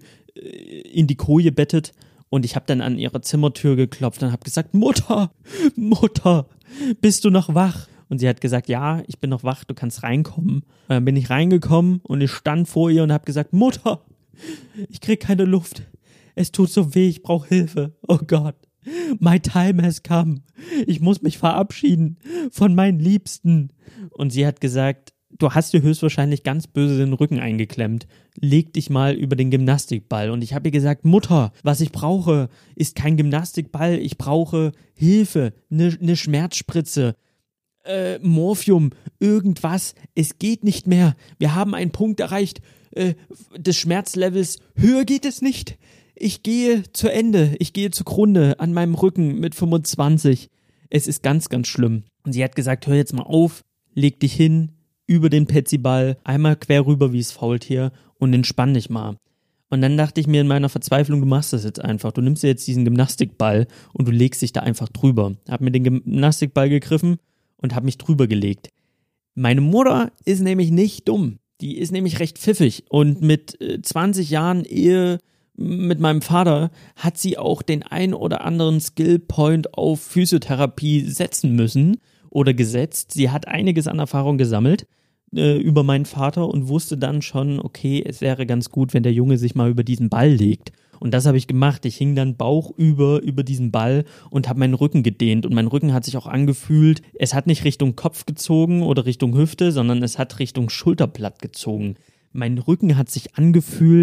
in die Koje bettet. Und ich habe dann an ihre Zimmertür geklopft und habe gesagt, Mutter, bist du noch wach? Und sie hat gesagt, ja, ich bin noch wach, du kannst reinkommen. Und dann bin ich reingekommen und ich stand vor ihr und habe gesagt, Mutter, ich krieg keine Luft. Es tut so weh, ich brauche Hilfe. Oh Gott. My time has come. Ich muss mich verabschieden von meinen Liebsten. Und sie hat gesagt, du hast dir höchstwahrscheinlich ganz böse den Rücken eingeklemmt. Leg dich mal über den Gymnastikball. Und ich habe ihr gesagt, Mutter, was ich brauche, ist kein Gymnastikball. Ich brauche Hilfe, eine Schmerzspritze, Morphium, irgendwas. Es geht nicht mehr. Wir haben einen Punkt erreicht des Schmerzlevels. Höher geht es nicht. Ich gehe zu Ende, ich gehe zugrunde an meinem Rücken mit 25. Es ist ganz, ganz schlimm. Und sie hat gesagt, hör jetzt mal auf, leg dich hin, über den Petsyball, einmal quer rüber wie das Faultier und entspann dich mal. Und dann dachte ich mir in meiner Verzweiflung, du machst das jetzt einfach. Du nimmst dir jetzt diesen Gymnastikball und du legst dich da einfach drüber. Hab mir den Gymnastikball gegriffen und hab mich drüber gelegt. Meine Mutter ist nämlich nicht dumm. Die ist nämlich recht pfiffig und mit 20 Jahren Ehe mit meinem Vater hat sie auch den ein oder anderen Skillpoint auf Physiotherapie setzen müssen oder gesetzt. Sie hat einiges an Erfahrung gesammelt über meinen Vater und wusste dann schon, okay, es wäre ganz gut, wenn der Junge sich mal über diesen Ball legt. Und das habe ich gemacht. Ich hing dann Bauch über diesen Ball und habe meinen Rücken gedehnt. Und mein Rücken hat sich auch angefühlt, es hat nicht Richtung Kopf gezogen oder Richtung Hüfte, sondern es hat Richtung Schulterblatt gezogen. Mein Rücken hat sich angefühlt,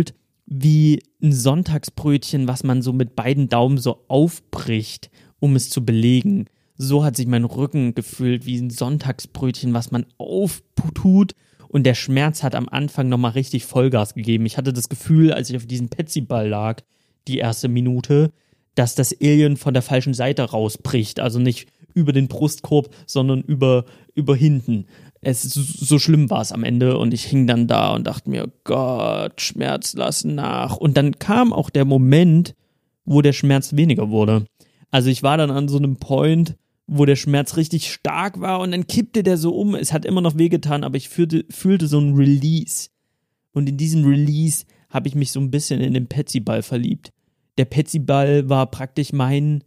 wie ein Sonntagsbrötchen, was man so mit beiden Daumen so aufbricht, um es zu belegen. So hat sich mein Rücken gefühlt, wie ein Sonntagsbrötchen, was man auftut. Und der Schmerz hat am Anfang nochmal richtig Vollgas gegeben. Ich hatte das Gefühl, als ich auf diesem Petsyball lag, die erste Minute, dass das Alien von der falschen Seite rausbricht. Also nicht über den Brustkorb, sondern über hinten. So schlimm war es am Ende und ich hing dann da und dachte mir, Gott, Schmerz lassen nach. Und dann kam auch der Moment, wo der Schmerz weniger wurde. Also ich war dann an so einem Point, wo der Schmerz richtig stark war und dann kippte der so um. Es hat immer noch wehgetan, aber ich fühlte so ein Release. Und in diesem Release habe ich mich so ein bisschen in den Petsyball verliebt. Der Petsyball war praktisch mein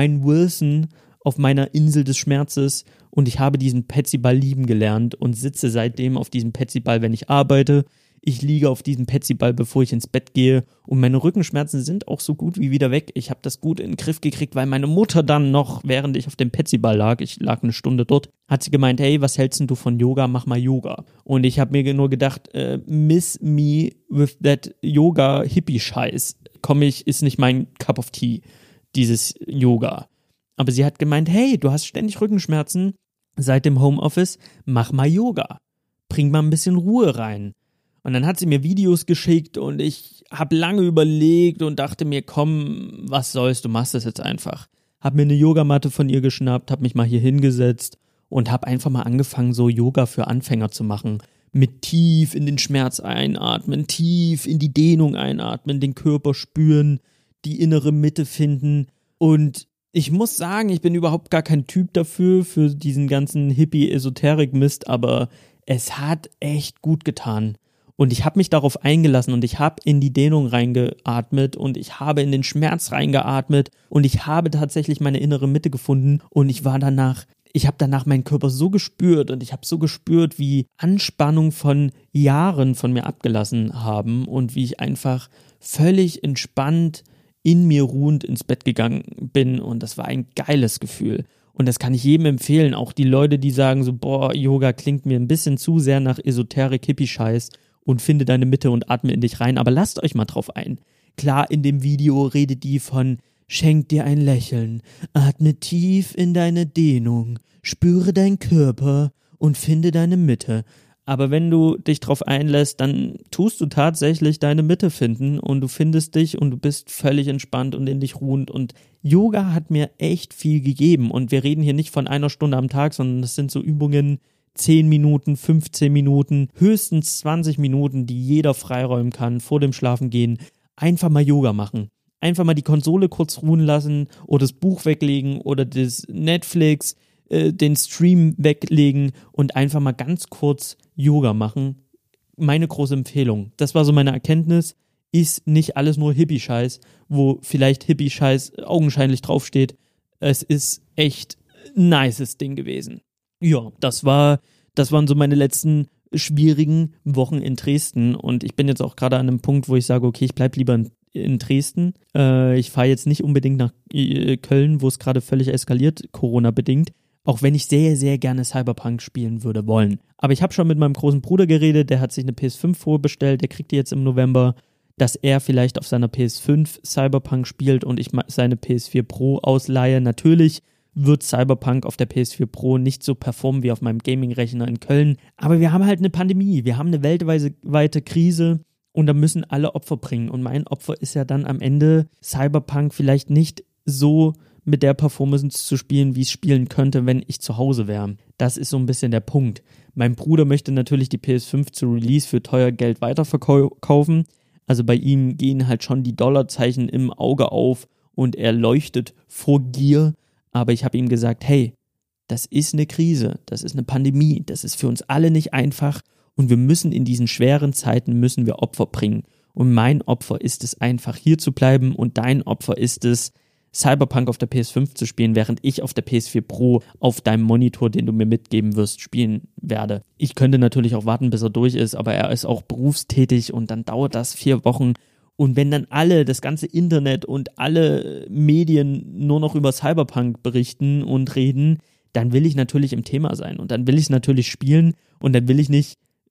Wilson auf meiner Insel des Schmerzes und ich habe diesen Petsyball lieben gelernt und sitze seitdem auf diesem Petsyball, wenn ich arbeite. Ich liege auf diesem Petsyball, bevor ich ins Bett gehe und meine Rückenschmerzen sind auch so gut wie wieder weg. Ich habe das gut in den Griff gekriegt, weil meine Mutter dann noch, während ich auf dem Petsyball lag, ich lag eine Stunde dort, hat sie gemeint, hey, was hältst denn du von Yoga? Mach mal Yoga. Und ich habe mir nur gedacht, miss me with that Yoga-Hippie-Scheiß. Ist nicht mein Cup of Tea, dieses Yoga. Aber sie hat gemeint, hey, du hast ständig Rückenschmerzen seit dem Homeoffice, mach mal Yoga. Bring mal ein bisschen Ruhe rein. Und dann hat sie mir Videos geschickt und ich habe lange überlegt und dachte mir, komm, was soll's, du machst das jetzt einfach. Hab mir eine Yogamatte von ihr geschnappt, hab mich mal hier hingesetzt und hab einfach mal angefangen, so Yoga für Anfänger zu machen. Mit tief in den Schmerz einatmen, tief in die Dehnung einatmen, den Körper spüren, die innere Mitte finden. Und ich muss sagen, ich bin überhaupt gar kein Typ dafür, für diesen ganzen Hippie-Esoterik-Mist, aber es hat echt gut getan. Und ich habe mich darauf eingelassen und ich habe in die Dehnung reingeatmet und ich habe in den Schmerz reingeatmet und ich habe tatsächlich meine innere Mitte gefunden und ich habe danach meinen Körper so gespürt und ich habe so gespürt, wie Anspannung von Jahren von mir abgelassen haben und wie ich einfach völlig entspannt in mir ruhend ins Bett gegangen bin und das war ein geiles Gefühl. Und das kann ich jedem empfehlen, auch die Leute, die sagen so, boah, Yoga klingt mir ein bisschen zu sehr nach Esoterik-Hippie-Scheiß und finde deine Mitte und atme in dich rein, aber lasst euch mal drauf ein. Klar, in dem Video redet die von schenk dir ein Lächeln, atme tief in deine Dehnung, spüre deinen Körper und finde deine Mitte. Aber wenn du dich drauf einlässt, dann tust du tatsächlich deine Mitte finden und du findest dich und du bist völlig entspannt und in dich ruhend und Yoga hat mir echt viel gegeben und wir reden hier nicht von 1 Stunde am Tag, sondern das sind so Übungen 10 Minuten, 15 Minuten, höchstens 20 Minuten, die jeder freiräumen kann vor dem Schlafengehen. Einfach mal Yoga machen. Einfach mal die Konsole kurz ruhen lassen oder das Buch weglegen oder das Netflix, den Stream weglegen und einfach mal ganz kurz Yoga machen. Meine große Empfehlung. Das war so meine Erkenntnis. Ist nicht alles nur Hippie-Scheiß, wo vielleicht Hippie-Scheiß augenscheinlich draufsteht. Es ist echt ein nices Ding gewesen. Ja, das waren so meine letzten schwierigen Wochen in Dresden und ich bin jetzt auch gerade an einem Punkt, wo ich sage, okay, ich bleib lieber in Dresden. Ich fahre jetzt nicht unbedingt nach Köln, wo es gerade völlig eskaliert, Corona-bedingt, auch wenn ich sehr, sehr gerne Cyberpunk spielen würde wollen. Aber ich habe schon mit meinem großen Bruder geredet, der hat sich eine PS5 vorbestellt, der kriegt die jetzt im November, dass er vielleicht auf seiner PS5 Cyberpunk spielt und ich seine PS4 Pro ausleihe. Natürlich wird Cyberpunk auf der PS4 Pro nicht so performen wie auf meinem Gaming-Rechner in Köln. Aber wir haben halt eine Pandemie, wir haben eine weltweite Krise und da müssen alle Opfer bringen. Und mein Opfer ist ja dann am Ende, Cyberpunk vielleicht nicht so mit der Performance zu spielen, wie es spielen könnte, wenn ich zu Hause wäre. Das ist so ein bisschen der Punkt. Mein Bruder möchte natürlich die PS5 zu Release für teuer Geld weiterverkaufen. Also bei ihm gehen halt schon die Dollarzeichen im Auge auf und er leuchtet vor Gier. Aber ich habe ihm gesagt, hey, das ist eine Krise, das ist eine Pandemie, das ist für uns alle nicht einfach und wir müssen in diesen schweren Zeiten, müssen wir Opfer bringen. Und mein Opfer ist es einfach, hier zu bleiben und dein Opfer ist es, Cyberpunk auf der PS5 zu spielen, während ich auf der PS4 Pro auf deinem Monitor, den du mir mitgeben wirst, spielen werde. Ich könnte natürlich auch warten, bis er durch ist, aber er ist auch berufstätig und dann dauert das 4 Wochen. Und wenn dann das ganze Internet und alle Medien nur noch über Cyberpunk berichten und reden, dann will ich natürlich im Thema sein und dann will ich es natürlich spielen und dann will ich nicht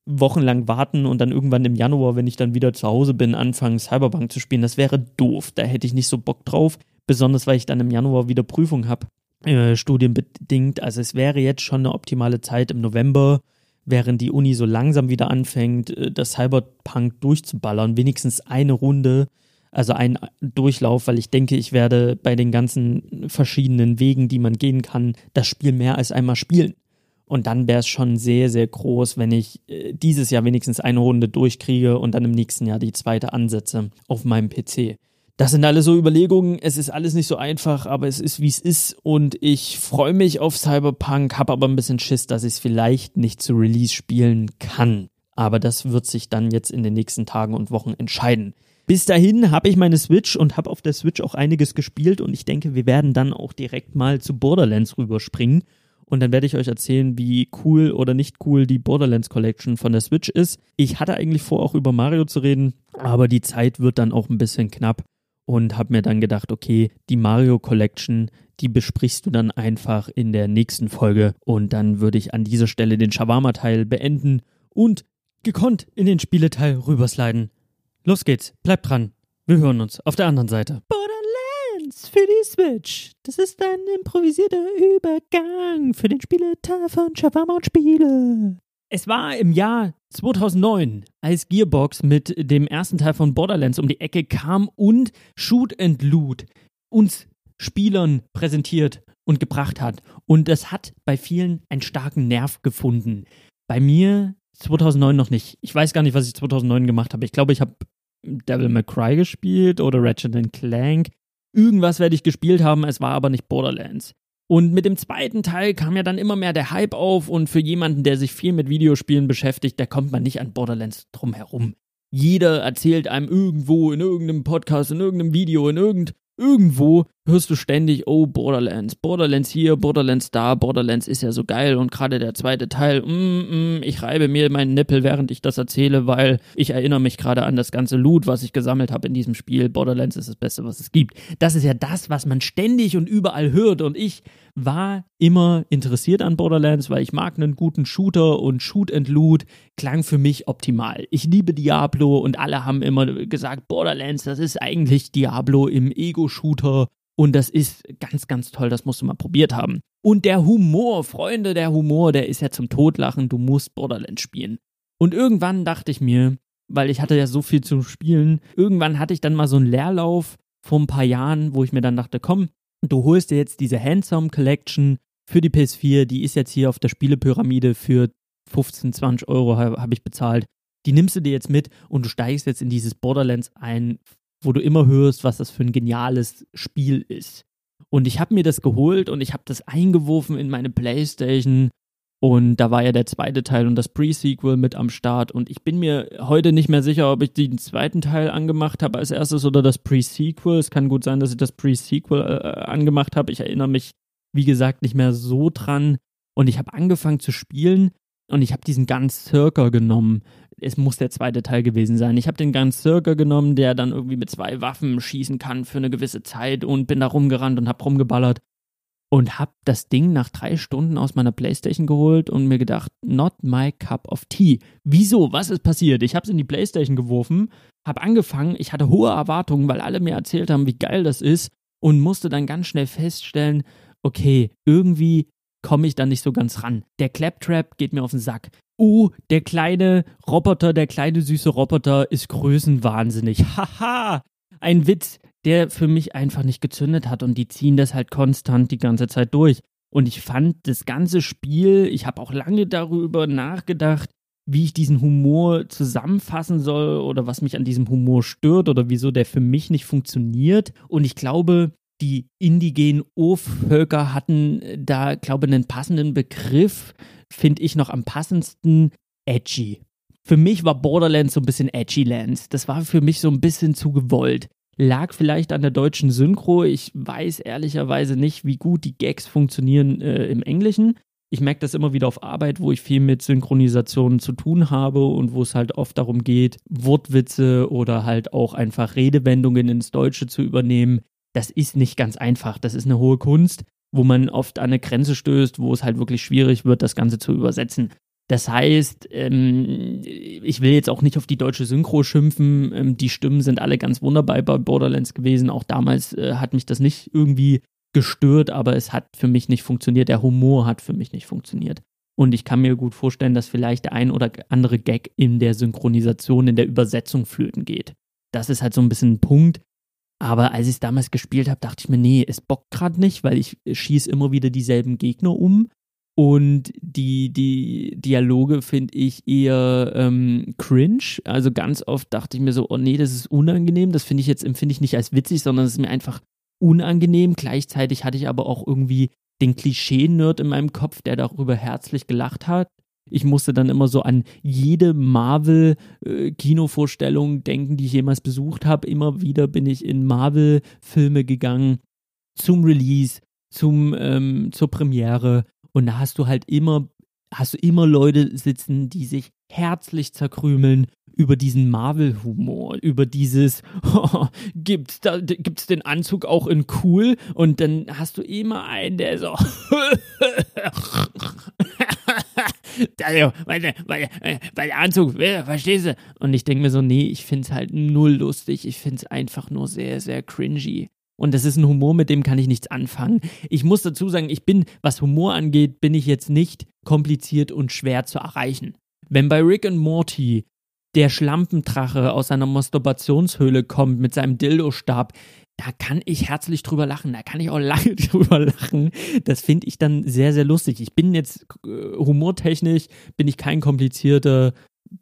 wochenlang warten und dann irgendwann im Januar, wenn ich dann wieder zu Hause bin, anfangen Cyberpunk zu spielen. Das wäre doof, da hätte ich nicht so Bock drauf, besonders weil ich dann im Januar wieder Prüfung habe, studienbedingt. Also es wäre jetzt schon eine optimale Zeit im November, während die Uni so langsam wieder anfängt, das Cyberpunk durchzuballern, wenigstens eine Runde, also ein Durchlauf, weil ich denke, ich werde bei den ganzen verschiedenen Wegen, die man gehen kann, das Spiel mehr als einmal spielen. Und dann wäre es schon sehr, sehr groß, wenn ich dieses Jahr wenigstens eine Runde durchkriege und dann im nächsten Jahr die zweite ansetze auf meinem PC. Das sind alles so Überlegungen, es ist alles nicht so einfach, aber es ist, wie es ist und ich freue mich auf Cyberpunk, habe aber ein bisschen Schiss, dass ich es vielleicht nicht zu Release spielen kann. Aber das wird sich dann jetzt in den nächsten Tagen und Wochen entscheiden. Bis dahin habe ich meine Switch und habe auf der Switch auch einiges gespielt und ich denke, wir werden dann auch direkt mal zu Borderlands rüberspringen. Und dann werde ich euch erzählen, wie cool oder nicht cool die Borderlands Collection von der Switch ist. Ich hatte eigentlich vor, auch über Mario zu reden, aber die Zeit wird dann auch ein bisschen knapp. Und habe mir dann gedacht, okay, die Mario Collection, die besprichst du dann einfach in der nächsten Folge. Und dann würde ich an dieser Stelle den Shawarma-Teil beenden und gekonnt in den Spieleteil rübersliden. Los geht's, bleibt dran. Wir hören uns auf der anderen Seite. Borderlands für die Switch. Das ist ein improvisierter Übergang für den Spieleteil von Shawarma und Spiele. Es war im Jahr 2009, als Gearbox mit dem ersten Teil von Borderlands um die Ecke kam und Shoot and Loot uns Spielern präsentiert und gebracht hat. Und das hat bei vielen einen starken Nerv gefunden. Bei mir 2009 noch nicht. Ich weiß gar nicht, was ich 2009 gemacht habe. Ich glaube, ich habe Devil May Cry gespielt oder Ratchet & Clank. Irgendwas werde ich gespielt haben, es war aber nicht Borderlands. Und mit dem zweiten Teil kam ja dann immer mehr der Hype auf und für jemanden, der sich viel mit Videospielen beschäftigt, da kommt man nicht an Borderlands drum herum. Jeder erzählt einem irgendwo, in irgendeinem Podcast, in irgendeinem Video, irgendwo hörst du ständig, oh, Borderlands hier, Borderlands da, Borderlands ist ja so geil und gerade der zweite Teil, ich reibe mir meinen Nippel, während ich das erzähle, weil ich erinnere mich gerade an das ganze Loot, was ich gesammelt habe in diesem Spiel. Borderlands ist das Beste, was es gibt. Das ist ja das, was man ständig und überall hört und ich war immer interessiert an Borderlands, weil ich mag einen guten Shooter und Shoot and Loot klang für mich optimal. Ich liebe Diablo und alle haben immer gesagt, Borderlands, das ist eigentlich Diablo im Ego-Shooter und das ist ganz, ganz toll, das musst du mal probiert haben. Und der Humor, Freunde, der Humor, der ist ja zum Totlachen, du musst Borderlands spielen. Und irgendwann dachte ich mir, weil ich hatte ja so viel zu spielen, irgendwann hatte ich dann mal so einen Leerlauf vor ein paar Jahren, wo ich mir dann dachte, komm, du holst dir jetzt diese Handsome Collection für die PS4, die ist jetzt hier auf der Spielepyramide für 15, 20 Euro habe ich bezahlt. Die nimmst du dir jetzt mit und du steigst jetzt in dieses Borderlands ein, wo du immer hörst, was das für ein geniales Spiel ist. Und ich habe mir das geholt und ich habe das eingeworfen in meine Playstation und da war ja der zweite Teil und das Pre-Sequel mit am Start und ich bin mir heute nicht mehr sicher, ob ich den zweiten Teil angemacht habe als erstes oder das Pre-Sequel. Es kann gut sein, dass ich das Pre-Sequel angemacht habe. Ich erinnere mich, wie gesagt, nicht mehr so dran und ich habe angefangen zu spielen und ich habe diesen Gun Circle genommen. Es muss der zweite Teil gewesen sein. Ich habe den Gun Circle genommen, der dann irgendwie mit 2 Waffen schießen kann für eine gewisse Zeit und bin da rumgerannt und habe rumgeballert. Und hab das Ding nach 3 Stunden aus meiner Playstation geholt und mir gedacht, not my cup of tea. Wieso? Was ist passiert? Ich hab's in die Playstation geworfen, hab angefangen, ich hatte hohe Erwartungen, weil alle mir erzählt haben, wie geil das ist und musste dann ganz schnell feststellen, okay, irgendwie komme ich da nicht so ganz ran. Der Claptrap geht mir auf den Sack. Oh, der kleine Roboter, der kleine süße Roboter ist größenwahnsinnig. Haha, ein Witz, der für mich einfach nicht gezündet hat und die ziehen das halt konstant die ganze Zeit durch. Und ich fand das ganze Spiel, ich habe auch lange darüber nachgedacht, wie ich diesen Humor zusammenfassen soll oder was mich an diesem Humor stört oder wieso der für mich nicht funktioniert. Und ich glaube, die indigenen Urvölker hatten da, glaube ich, einen passenden Begriff, finde ich noch am passendsten, edgy. Für mich war Borderlands so ein bisschen edgy Lands. Das war für mich so ein bisschen zu gewollt. Lag vielleicht an der deutschen Synchro. Ich weiß ehrlicherweise nicht, wie gut die Gags funktionieren im Englischen. Ich merke das immer wieder auf Arbeit, wo ich viel mit Synchronisationen zu tun habe und wo es halt oft darum geht, Wortwitze oder halt auch einfach Redewendungen ins Deutsche zu übernehmen. Das ist nicht ganz einfach. Das ist eine hohe Kunst, wo man oft an eine Grenze stößt, wo es halt wirklich schwierig wird, das Ganze zu übersetzen. Das heißt, ich will jetzt auch nicht auf die deutsche Synchro schimpfen, die Stimmen sind alle ganz wunderbar bei Borderlands gewesen, auch damals hat mich das nicht irgendwie gestört, aber es hat für mich nicht funktioniert, der Humor hat für mich nicht funktioniert. Und ich kann mir gut vorstellen, dass vielleicht der ein oder andere Gag in der Synchronisation, in der Übersetzung flöten geht. Das ist halt so ein bisschen ein Punkt. Aber als ich es damals gespielt habe, dachte ich mir, nee, es bockt gerade nicht, weil ich schieße immer wieder dieselben Gegner um. Und die Dialoge finde ich eher cringe. Also ganz oft dachte ich mir so, oh nee, das ist unangenehm. Das empfinde ich nicht als witzig, sondern es ist mir einfach unangenehm. Gleichzeitig hatte ich aber auch irgendwie den Klischee-Nerd in meinem Kopf, der darüber herzlich gelacht hat. Ich musste dann immer so an jede Marvel-Kinovorstellung denken, die ich jemals besucht habe. Immer wieder bin ich in Marvel-Filme gegangen, zum Release, zur Premiere. Und da hast du immer Leute sitzen, die sich herzlich zerkrümeln über diesen Marvel-Humor, über dieses, gibt's den Anzug auch in cool? Und dann hast du immer einen, der so weil der Anzug, verstehst du? Und ich denke mir so, nee, ich find's halt null lustig, ich find's einfach nur sehr, sehr cringy. Und das ist ein Humor, mit dem kann ich nichts anfangen. Ich muss dazu sagen, was Humor angeht, bin ich jetzt nicht kompliziert und schwer zu erreichen. Wenn bei Rick and Morty der Schlampendrache aus seiner Masturbationshöhle kommt mit seinem Dildostab, da kann ich herzlich drüber lachen, da kann ich auch lange drüber lachen. Das finde ich dann sehr, sehr lustig. Ich bin jetzt humortechnisch, bin ich kein komplizierter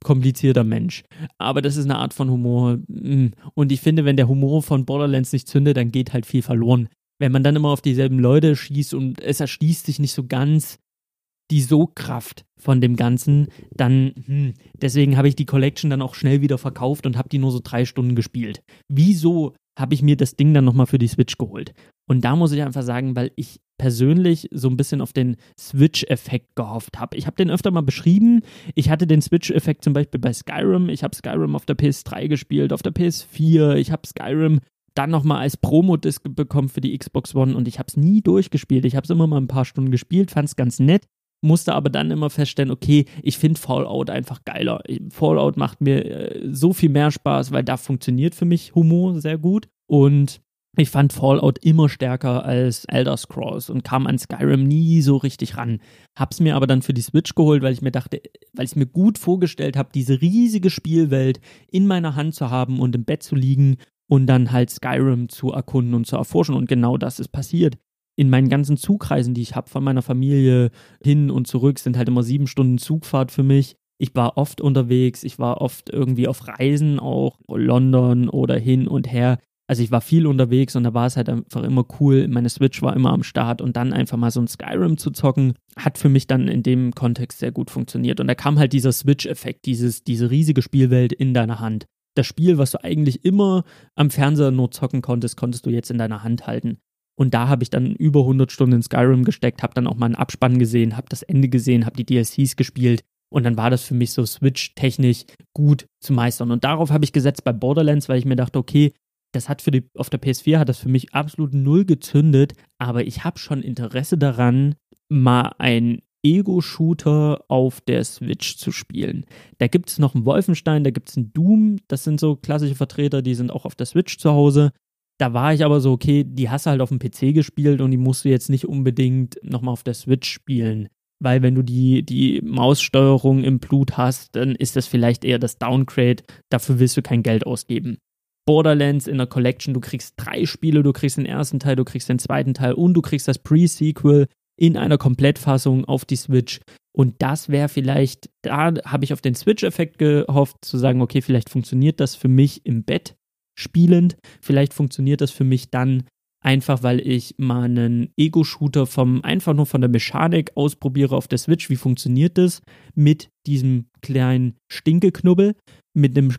Mensch. Aber das ist eine Art von Humor. Und ich finde, wenn der Humor von Borderlands nicht zündet, dann geht halt viel verloren. Wenn man dann immer auf dieselben Leute schießt und es erschließt sich nicht so ganz die Sogkraft von dem Ganzen, dann, deswegen habe ich die Collection dann auch schnell wieder verkauft und habe die nur so 3 Stunden gespielt. Wieso habe ich mir das Ding dann nochmal für die Switch geholt? Und da muss ich einfach sagen, weil ich persönlich so ein bisschen auf den Switch-Effekt gehofft habe. Ich habe den öfter mal beschrieben. Ich hatte den Switch-Effekt zum Beispiel bei Skyrim. Ich habe Skyrim auf der PS3 gespielt, auf der PS4. Ich habe Skyrim dann nochmal als Promo-Disc bekommen für die Xbox One und ich habe es nie durchgespielt. Ich habe es immer mal ein paar Stunden gespielt, fand es ganz nett, musste aber dann immer feststellen, okay, ich finde Fallout einfach geiler. Fallout macht mir so viel mehr Spaß, weil da funktioniert für mich Humor sehr gut und ich fand Fallout immer stärker als Elder Scrolls und kam an Skyrim nie so richtig ran. Hab's mir aber dann für die Switch geholt, weil ich mir gut vorgestellt habe, diese riesige Spielwelt in meiner Hand zu haben und im Bett zu liegen und dann halt Skyrim zu erkunden und zu erforschen. Und genau das ist passiert. In meinen ganzen Zugreisen, die ich habe von meiner Familie hin und zurück, sind halt immer 7 Stunden Zugfahrt für mich. Ich war oft unterwegs, ich war oft irgendwie auf Reisen, auch London oder hin und her. Also ich war viel unterwegs und da war es halt einfach immer cool. Meine Switch war immer am Start und dann einfach mal so ein Skyrim zu zocken, hat für mich dann in dem Kontext sehr gut funktioniert. Und da kam halt dieser Switch-Effekt, diese riesige Spielwelt in deiner Hand. Das Spiel, was du eigentlich immer am Fernseher nur zocken konntest, konntest du jetzt in deiner Hand halten. Und da habe ich dann über 100 Stunden in Skyrim gesteckt, habe dann auch mal einen Abspann gesehen, habe das Ende gesehen, habe die DLCs gespielt. Und dann war das für mich so Switch-technisch gut zu meistern. Und darauf habe ich gesetzt bei Borderlands, weil ich mir dachte, okay, das hat auf der PS4 hat das für mich absolut null gezündet, aber ich habe schon Interesse daran, mal ein Ego-Shooter auf der Switch zu spielen. Da gibt es noch einen Wolfenstein, da gibt es einen Doom, das sind so klassische Vertreter, die sind auch auf der Switch zu Hause. Da war ich aber so, okay, die hast du halt auf dem PC gespielt und die musst du jetzt nicht unbedingt nochmal auf der Switch spielen. Weil wenn du die Maussteuerung im Blut hast, dann ist das vielleicht eher das Downgrade, dafür willst du kein Geld ausgeben. Borderlands in der Collection, du kriegst 3 Spiele, du kriegst den ersten Teil, du kriegst den zweiten Teil und du kriegst das Pre-Sequel in einer Komplettfassung auf die Switch. Und das wäre vielleicht, da habe ich auf den Switch-Effekt gehofft, zu sagen, okay, vielleicht funktioniert das für mich im Bett spielend, vielleicht funktioniert das für mich dann einfach, weil ich mal einen Ego-Shooter einfach nur von der Mechanik ausprobiere auf der Switch, wie funktioniert das mit diesem kleinen Stinkeknubbel, mit dem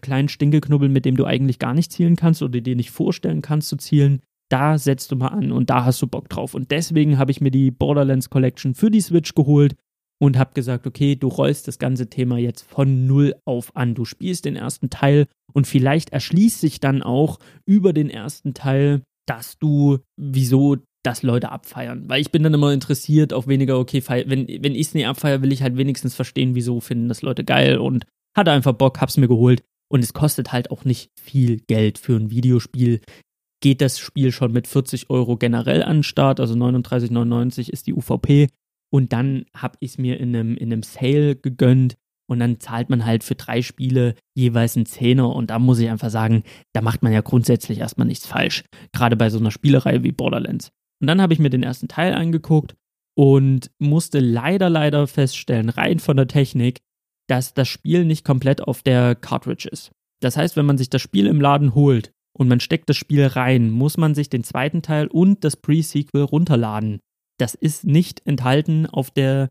dem du eigentlich gar nicht zielen kannst oder dir nicht vorstellen kannst zu zielen. Da setzt du mal an und da hast du Bock drauf. Und deswegen habe ich mir die Borderlands Collection für die Switch geholt und habe gesagt, okay, du rollst das ganze Thema jetzt von 0 auf an. Du spielst den ersten Teil und vielleicht erschließt sich dann auch über den ersten Teil, dass du, wieso das Leute abfeiern. Weil ich bin dann immer interessiert, auch weniger, okay, wenn ich es nicht abfeiere, will ich halt wenigstens verstehen, wieso finden das Leute geil und hatte einfach Bock, hab's mir geholt. Und es kostet halt auch nicht viel Geld für ein Videospiel. Geht das Spiel schon mit 40 € generell an den Start, also 39,99 ist die UVP. Und dann habe ich es mir in einem Sale gegönnt. Und dann zahlt man halt für 3 Spiele jeweils einen Zehner. Und da muss ich einfach sagen, da macht man ja grundsätzlich erstmal nichts falsch. Gerade bei so einer Spielereihe wie Borderlands. Und dann habe ich mir den ersten Teil angeguckt und musste leider feststellen, rein von der Technik, dass das Spiel nicht komplett auf der Cartridge ist. Das heißt, wenn man sich das Spiel im Laden holt und man steckt das Spiel rein, muss man sich den zweiten Teil und das Pre-Sequel runterladen. Das ist nicht enthalten auf dem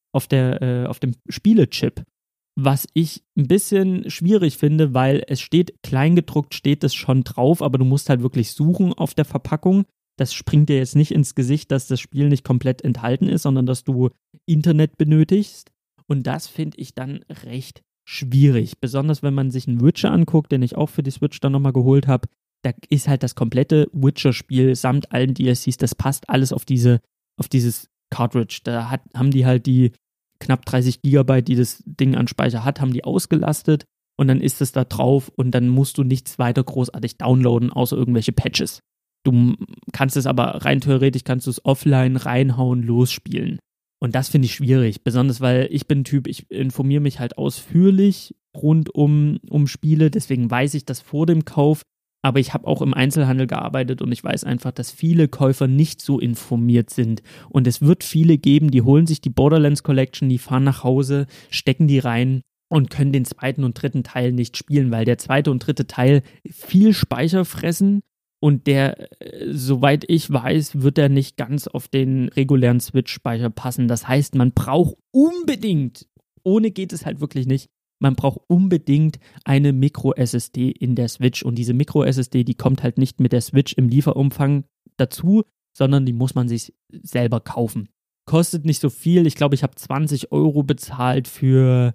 Spielechip. Was ich ein bisschen schwierig finde, weil es steht, kleingedruckt steht es schon drauf, aber du musst halt wirklich suchen auf der Verpackung. Das springt dir jetzt nicht ins Gesicht, dass das Spiel nicht komplett enthalten ist, sondern dass du Internet benötigst. Und das finde ich dann recht schwierig. Besonders wenn man sich einen Witcher anguckt, den ich auch für die Switch dann nochmal geholt habe. Da ist halt das komplette Witcher-Spiel samt allen DLCs, das passt alles auf dieses Cartridge. Da haben die halt die knapp 30 Gigabyte, die das Ding an Speicher hat, haben die ausgelastet und dann ist es da drauf und dann musst du nichts weiter großartig downloaden, außer irgendwelche Patches. Du kannst es aber rein theoretisch, kannst du es offline reinhauen, losspielen. Und das finde ich schwierig, besonders weil ich bin ein Typ, ich informiere mich halt ausführlich rund um Spiele, deswegen weiß ich das vor dem Kauf, aber ich habe auch im Einzelhandel gearbeitet und ich weiß einfach, dass viele Käufer nicht so informiert sind. Und es wird viele geben, die holen sich die Borderlands Collection, die fahren nach Hause, stecken die rein und können den zweiten und dritten Teil nicht spielen, weil der zweite und dritte Teil viel Speicher fressen und der, soweit ich weiß, wird der nicht ganz auf den regulären Switch-Speicher passen. Das heißt, man braucht unbedingt, ohne geht es halt wirklich nicht, man braucht unbedingt eine Micro-SSD in der Switch und diese Micro-SSD, die kommt halt nicht mit der Switch im Lieferumfang dazu, sondern die muss man sich selber kaufen. Kostet nicht so viel, ich glaube, ich habe 20 € bezahlt für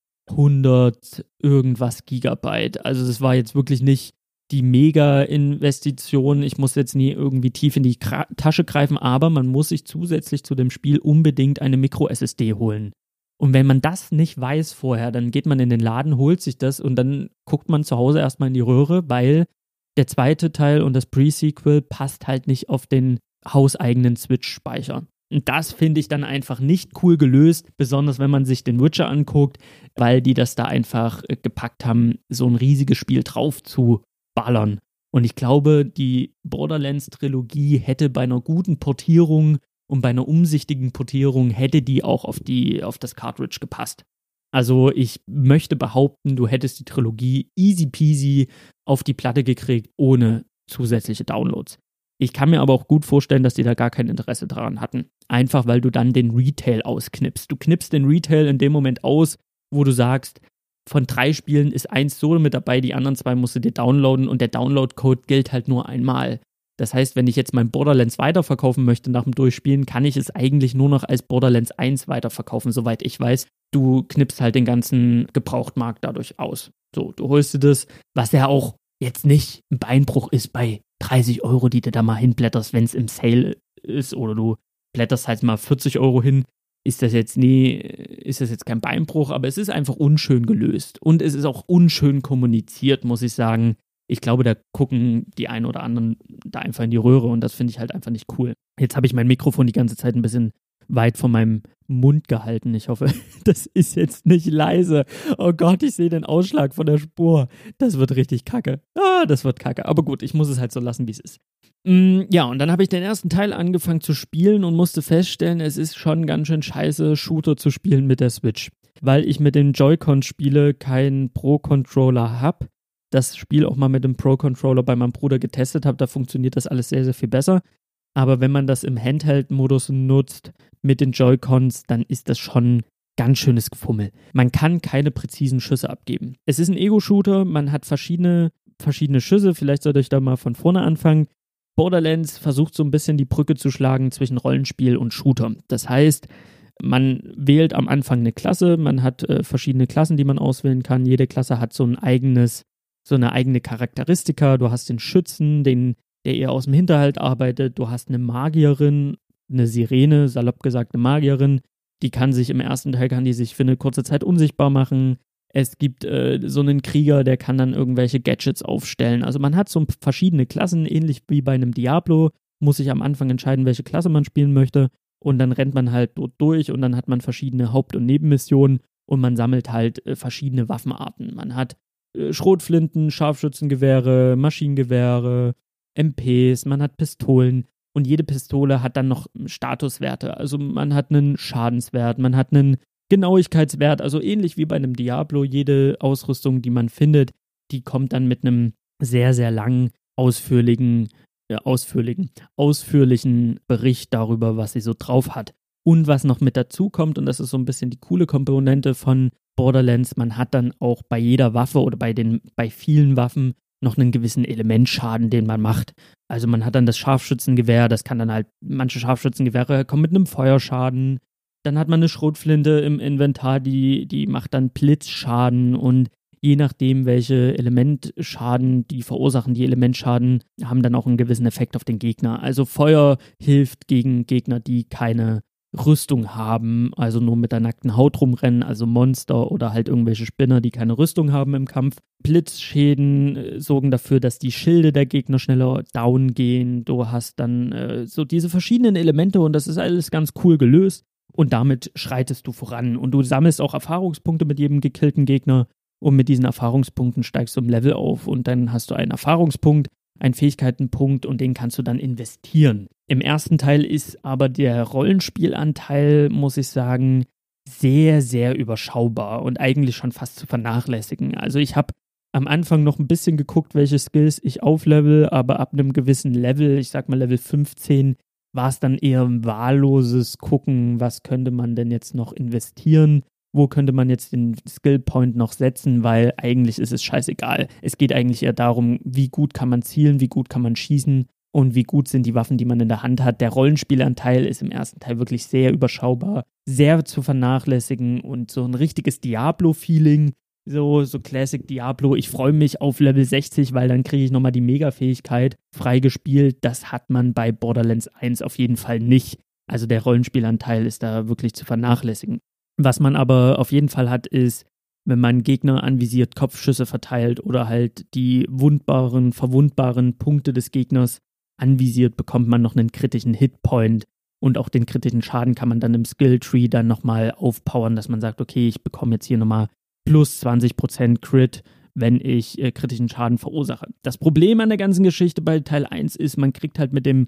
100 irgendwas Gigabyte. Also das war jetzt wirklich nicht die Mega-Investition. Ich muss jetzt nie irgendwie tief in die Tasche greifen, aber man muss sich zusätzlich zu dem Spiel unbedingt eine Micro-SSD holen. Und wenn man das nicht weiß vorher, dann geht man in den Laden, holt sich das und dann guckt man zu Hause erstmal in die Röhre, weil der zweite Teil und das Pre-Sequel passt halt nicht auf den hauseigenen Switch-Speicher. Und das finde ich dann einfach nicht cool gelöst, besonders wenn man sich den Witcher anguckt, weil die das da einfach gepackt haben, so ein riesiges Spiel drauf zu ballern. Und ich glaube, die Borderlands-Trilogie hätte bei einer guten Portierung und bei einer umsichtigen Portierung hätte die auch auf das Cartridge gepasst. Also ich möchte behaupten, du hättest die Trilogie easy peasy auf die Platte gekriegt, ohne zusätzliche Downloads. Ich kann mir aber auch gut vorstellen, dass die da gar kein Interesse daran hatten. Einfach, weil du dann den Retail ausknippst. Du knippst den Retail in dem Moment aus, wo du sagst, von 3 Spielen ist 1 so mit dabei, die anderen 2 musst du dir downloaden und der Download-Code gilt halt nur einmal. Das heißt, wenn ich jetzt mein Borderlands weiterverkaufen möchte nach dem Durchspielen, kann ich es eigentlich nur noch als Borderlands 1 weiterverkaufen, soweit ich weiß. Du knippst halt den ganzen Gebrauchtmarkt dadurch aus. So, du holst dir das, was ja auch jetzt nicht ein Beinbruch ist bei 30 €, die du da mal hinblätterst, wenn es im Sale ist, oder du blätterst halt mal 40 € hin, ist das jetzt kein Beinbruch, aber es ist einfach unschön gelöst. Und es ist auch unschön kommuniziert, muss ich sagen. Ich glaube, da gucken die einen oder anderen da einfach in die Röhre und das finde ich halt einfach nicht cool. Jetzt habe ich mein Mikrofon die ganze Zeit ein bisschen weit von meinem Mund gehalten. Ich hoffe, das ist jetzt nicht leise. Oh Gott, ich sehe den Ausschlag von der Spur. Das wird richtig kacke. Das wird kacke. Aber gut, ich muss es halt so lassen, wie es ist. Ja, und dann habe ich den ersten Teil angefangen zu spielen und musste feststellen, es ist schon ganz schön scheiße, Shooter zu spielen mit der Switch. Weil ich mit den Joy-Con spiele, keinen Pro-Controller habe. Das Spiel auch mal mit dem Pro-Controller bei meinem Bruder getestet habe, da funktioniert das alles sehr, sehr viel besser. Aber wenn man das im Handheld-Modus nutzt mit den Joy-Cons, dann ist das schon ganz schönes Gefummel. Man kann keine präzisen Schüsse abgeben. Es ist ein Ego-Shooter, man hat verschiedene Schüsse, vielleicht sollte ich da mal von vorne anfangen. Borderlands versucht so ein bisschen die Brücke zu schlagen zwischen Rollenspiel und Shooter. Das heißt, man wählt am Anfang eine Klasse, man hat verschiedene Klassen, die man auswählen kann. Jede Klasse hat so eine eigene Charakteristika. Du hast den Schützen, den der eher aus dem Hinterhalt arbeitet. Du hast eine Magierin, eine Sirene, salopp gesagt eine Magierin, die kann sich im ersten Teil, kann die sich für eine kurze Zeit unsichtbar machen. Es gibt so einen Krieger, der kann dann irgendwelche Gadgets aufstellen. Also man hat so verschiedene Klassen, ähnlich wie bei einem Diablo, muss sich am Anfang entscheiden, welche Klasse man spielen möchte. Und dann rennt man halt dort durch und dann hat man verschiedene Haupt- und Nebenmissionen und man sammelt halt verschiedene Waffenarten. Man hat Schrotflinten, Scharfschützengewehre, Maschinengewehre, MPs, man hat Pistolen und jede Pistole hat dann noch Statuswerte. Also man hat einen Schadenswert, man hat einen Genauigkeitswert, also ähnlich wie bei einem Diablo. Jede Ausrüstung, die man findet, die kommt dann mit einem sehr, sehr langen, ausführlichen Bericht darüber, was sie so drauf hat. Und was noch mit dazu kommt, und das ist so ein bisschen die coole Komponente von Borderlands, man hat dann auch bei jeder Waffe oder bei vielen Waffen noch einen gewissen Elementschaden, den man macht. Also man hat dann das Scharfschützengewehr, das kann dann halt, manche Scharfschützengewehre kommen mit einem Feuerschaden. Dann hat man eine Schrotflinte im Inventar, die macht dann Blitzschaden und je nachdem, welche Elementschaden die verursachen, die Elementschaden haben dann auch einen gewissen Effekt auf den Gegner. Also Feuer hilft gegen Gegner, die keine Rüstung haben, also nur mit der nackten Haut rumrennen, also Monster oder halt irgendwelche Spinner, die keine Rüstung haben im Kampf. Blitzschäden sorgen dafür, dass die Schilde der Gegner schneller down gehen. Du hast dann so diese verschiedenen Elemente und das ist alles ganz cool gelöst und damit schreitest du voran und du sammelst auch Erfahrungspunkte mit jedem gekillten Gegner und mit diesen Erfahrungspunkten steigst du im Level auf und dann hast du einen Erfahrungspunkt, einen Fähigkeitenpunkt und den kannst du dann investieren. Im ersten Teil ist aber der Rollenspielanteil, muss ich sagen, sehr, sehr überschaubar und eigentlich schon fast zu vernachlässigen. Also ich habe am Anfang noch ein bisschen geguckt, welche Skills ich auflevel, aber ab einem gewissen Level, ich sag mal Level 15, war es dann eher ein wahlloses Gucken, was könnte man denn jetzt noch investieren, wo könnte man jetzt den Skillpoint noch setzen, weil eigentlich ist es scheißegal. Es geht eigentlich eher darum, wie gut kann man zielen, wie gut kann man schießen und wie gut sind die Waffen, die man in der Hand hat. Der Rollenspielanteil ist im ersten Teil wirklich sehr überschaubar, sehr zu vernachlässigen und so ein richtiges Diablo-Feeling, so Classic Diablo. Ich freue mich auf Level 60, weil dann kriege ich nochmal die Mega-Fähigkeit freigespielt. Das hat man bei Borderlands 1 auf jeden Fall nicht. Also der Rollenspielanteil ist da wirklich zu vernachlässigen. Was man aber auf jeden Fall hat, ist, wenn man Gegner anvisiert, Kopfschüsse verteilt oder halt die verwundbaren Punkte des Gegners anvisiert, bekommt man noch einen kritischen Hitpoint und auch den kritischen Schaden kann man dann im Skilltree dann nochmal aufpowern, dass man sagt, okay, ich bekomme jetzt hier nochmal plus 20% Crit, wenn ich kritischen Schaden verursache. Das Problem an der ganzen Geschichte bei Teil 1 ist, man kriegt halt mit dem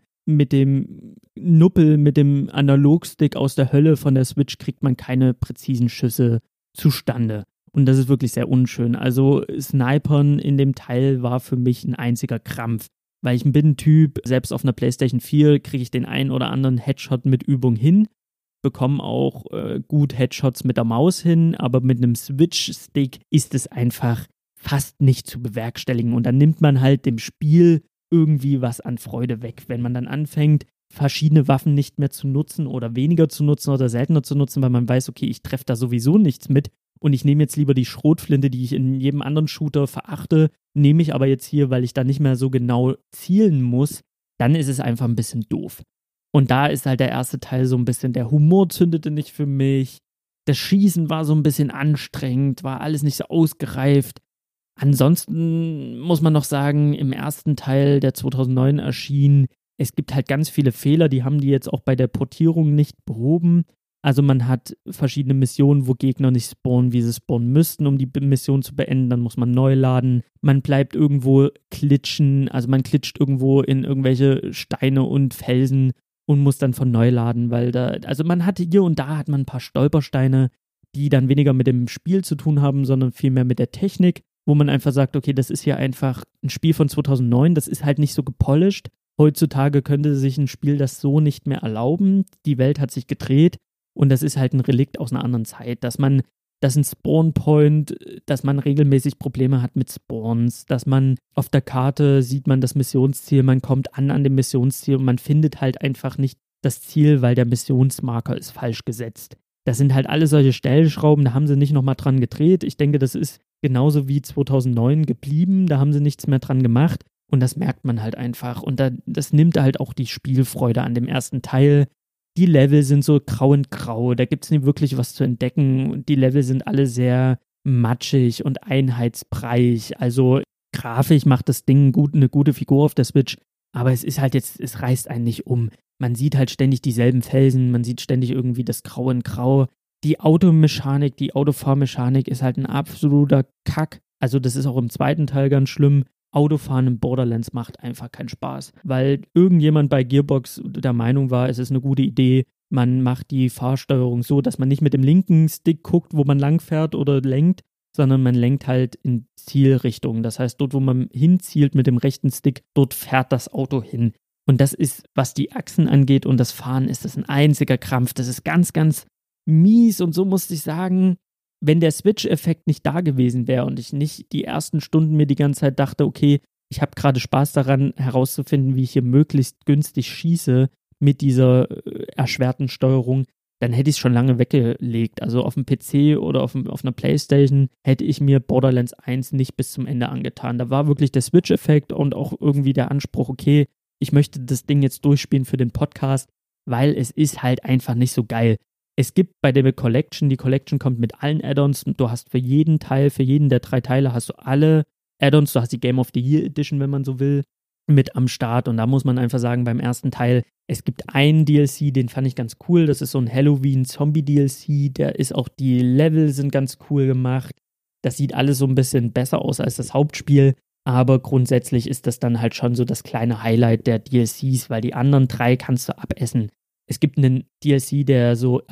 Nuppel, mit dem Analogstick aus der Hölle von der Switch kriegt man keine präzisen Schüsse zustande. Und das ist wirklich sehr unschön. Also Snipern in dem Teil war für mich ein einziger Krampf. Weil ich bin ein Typ, selbst auf einer PlayStation 4 kriege ich den einen oder anderen Headshot mit Übung hin, bekomme auch gut Headshots mit der Maus hin, aber mit einem Switch-Stick ist es einfach fast nicht zu bewerkstelligen. Und dann nimmt man halt dem Spiel irgendwie was an Freude weg, wenn man dann anfängt, verschiedene Waffen nicht mehr zu nutzen oder weniger zu nutzen oder seltener zu nutzen, weil man weiß, okay, ich treffe da sowieso nichts mit und ich nehme jetzt lieber die Schrotflinte, die ich in jedem anderen Shooter verachte, nehme ich aber jetzt hier, weil ich da nicht mehr so genau zielen muss, dann ist es einfach ein bisschen doof. Und da ist halt der erste Teil so ein bisschen, der Humor zündete nicht für mich, das Schießen war so ein bisschen anstrengend, war alles nicht so ausgereift. Ansonsten muss man noch sagen, im ersten Teil, der 2009 erschien, es gibt halt ganz viele Fehler, die haben die jetzt auch bei der Portierung nicht behoben. Also man hat verschiedene Missionen, wo Gegner nicht spawnen, wie sie spawnen müssten, um die Mission zu beenden. Dann muss man neu laden. Man bleibt irgendwo klitschen, also man klitscht irgendwo in irgendwelche Steine und Felsen und muss dann von neu laden, weil also man hatte hier und da hat man ein paar Stolpersteine, die dann weniger mit dem Spiel zu tun haben, sondern vielmehr mit der Technik, wo man einfach sagt, okay, das ist hier einfach ein Spiel von 2009, das ist halt nicht so gepolished. Heutzutage könnte sich ein Spiel das so nicht mehr erlauben. Die Welt hat sich gedreht und das ist halt ein Relikt aus einer anderen Zeit, dass ein Spawnpoint, dass man regelmäßig Probleme hat mit Spawns, dass man auf der Karte sieht man das Missionsziel, man kommt an dem Missionsziel und man findet halt einfach nicht das Ziel, weil der Missionsmarker ist falsch gesetzt. Das sind halt alle solche Stellschrauben, da haben sie nicht nochmal dran gedreht. Ich denke, das ist genauso wie 2009 geblieben, da haben sie nichts mehr dran gemacht. Und das merkt man halt einfach. Und das nimmt halt auch die Spielfreude an dem ersten Teil. Die Level sind so grau und grau, da gibt es nicht wirklich was zu entdecken. Die Level sind alle sehr matschig und einheitsbreich. Also grafisch macht das Ding eine gute Figur auf der Switch, aber es ist halt jetzt, es reißt einen nicht um. Man sieht halt ständig dieselben Felsen, man sieht ständig irgendwie das Grau in Grau. Die Automechanik, die Autofahrmechanik ist halt ein absoluter Kack. Also das ist auch im zweiten Teil ganz schlimm. Autofahren in Borderlands macht einfach keinen Spaß, weil irgendjemand bei Gearbox der Meinung war, es ist eine gute Idee, man macht die Fahrsteuerung so, dass man nicht mit dem linken Stick guckt, wo man langfährt oder lenkt, sondern man lenkt halt in Zielrichtung. Das heißt, dort, wo man hinzielt mit dem rechten Stick, dort fährt das Auto hin. Und das ist, was die Achsen angeht und das Fahren, ist das ein einziger Krampf. Das ist ganz, ganz mies und so musste ich sagen, wenn der Switch-Effekt nicht da gewesen wäre und ich nicht die ersten Stunden mir die ganze Zeit dachte, okay, ich habe gerade Spaß daran, herauszufinden, wie ich hier möglichst günstig schieße mit dieser erschwerten Steuerung, dann hätte ich es schon lange weggelegt. Also auf dem PC oder auf einer Playstation hätte ich mir Borderlands 1 nicht bis zum Ende angetan. Da war wirklich der Switch-Effekt und auch irgendwie der Anspruch, okay, ich möchte das Ding jetzt durchspielen für den Podcast, weil es ist halt einfach nicht so geil. Es gibt bei der Collection, die Collection kommt mit allen Add-ons, du hast für jeden Teil, für jeden der 3 Teile hast du alle Add-ons, du hast die Game of the Year Edition, wenn man so will, mit am Start und da muss man einfach sagen, beim ersten Teil, es gibt einen DLC, den fand ich ganz cool, das ist so ein Halloween-Zombie-DLC, der ist auch, die Level sind ganz cool gemacht, das sieht alles so ein bisschen besser aus als das Hauptspiel, aber grundsätzlich ist das dann halt schon so das kleine Highlight der DLCs, weil die anderen 3 kannst du abessen. Es gibt einen DLC, der so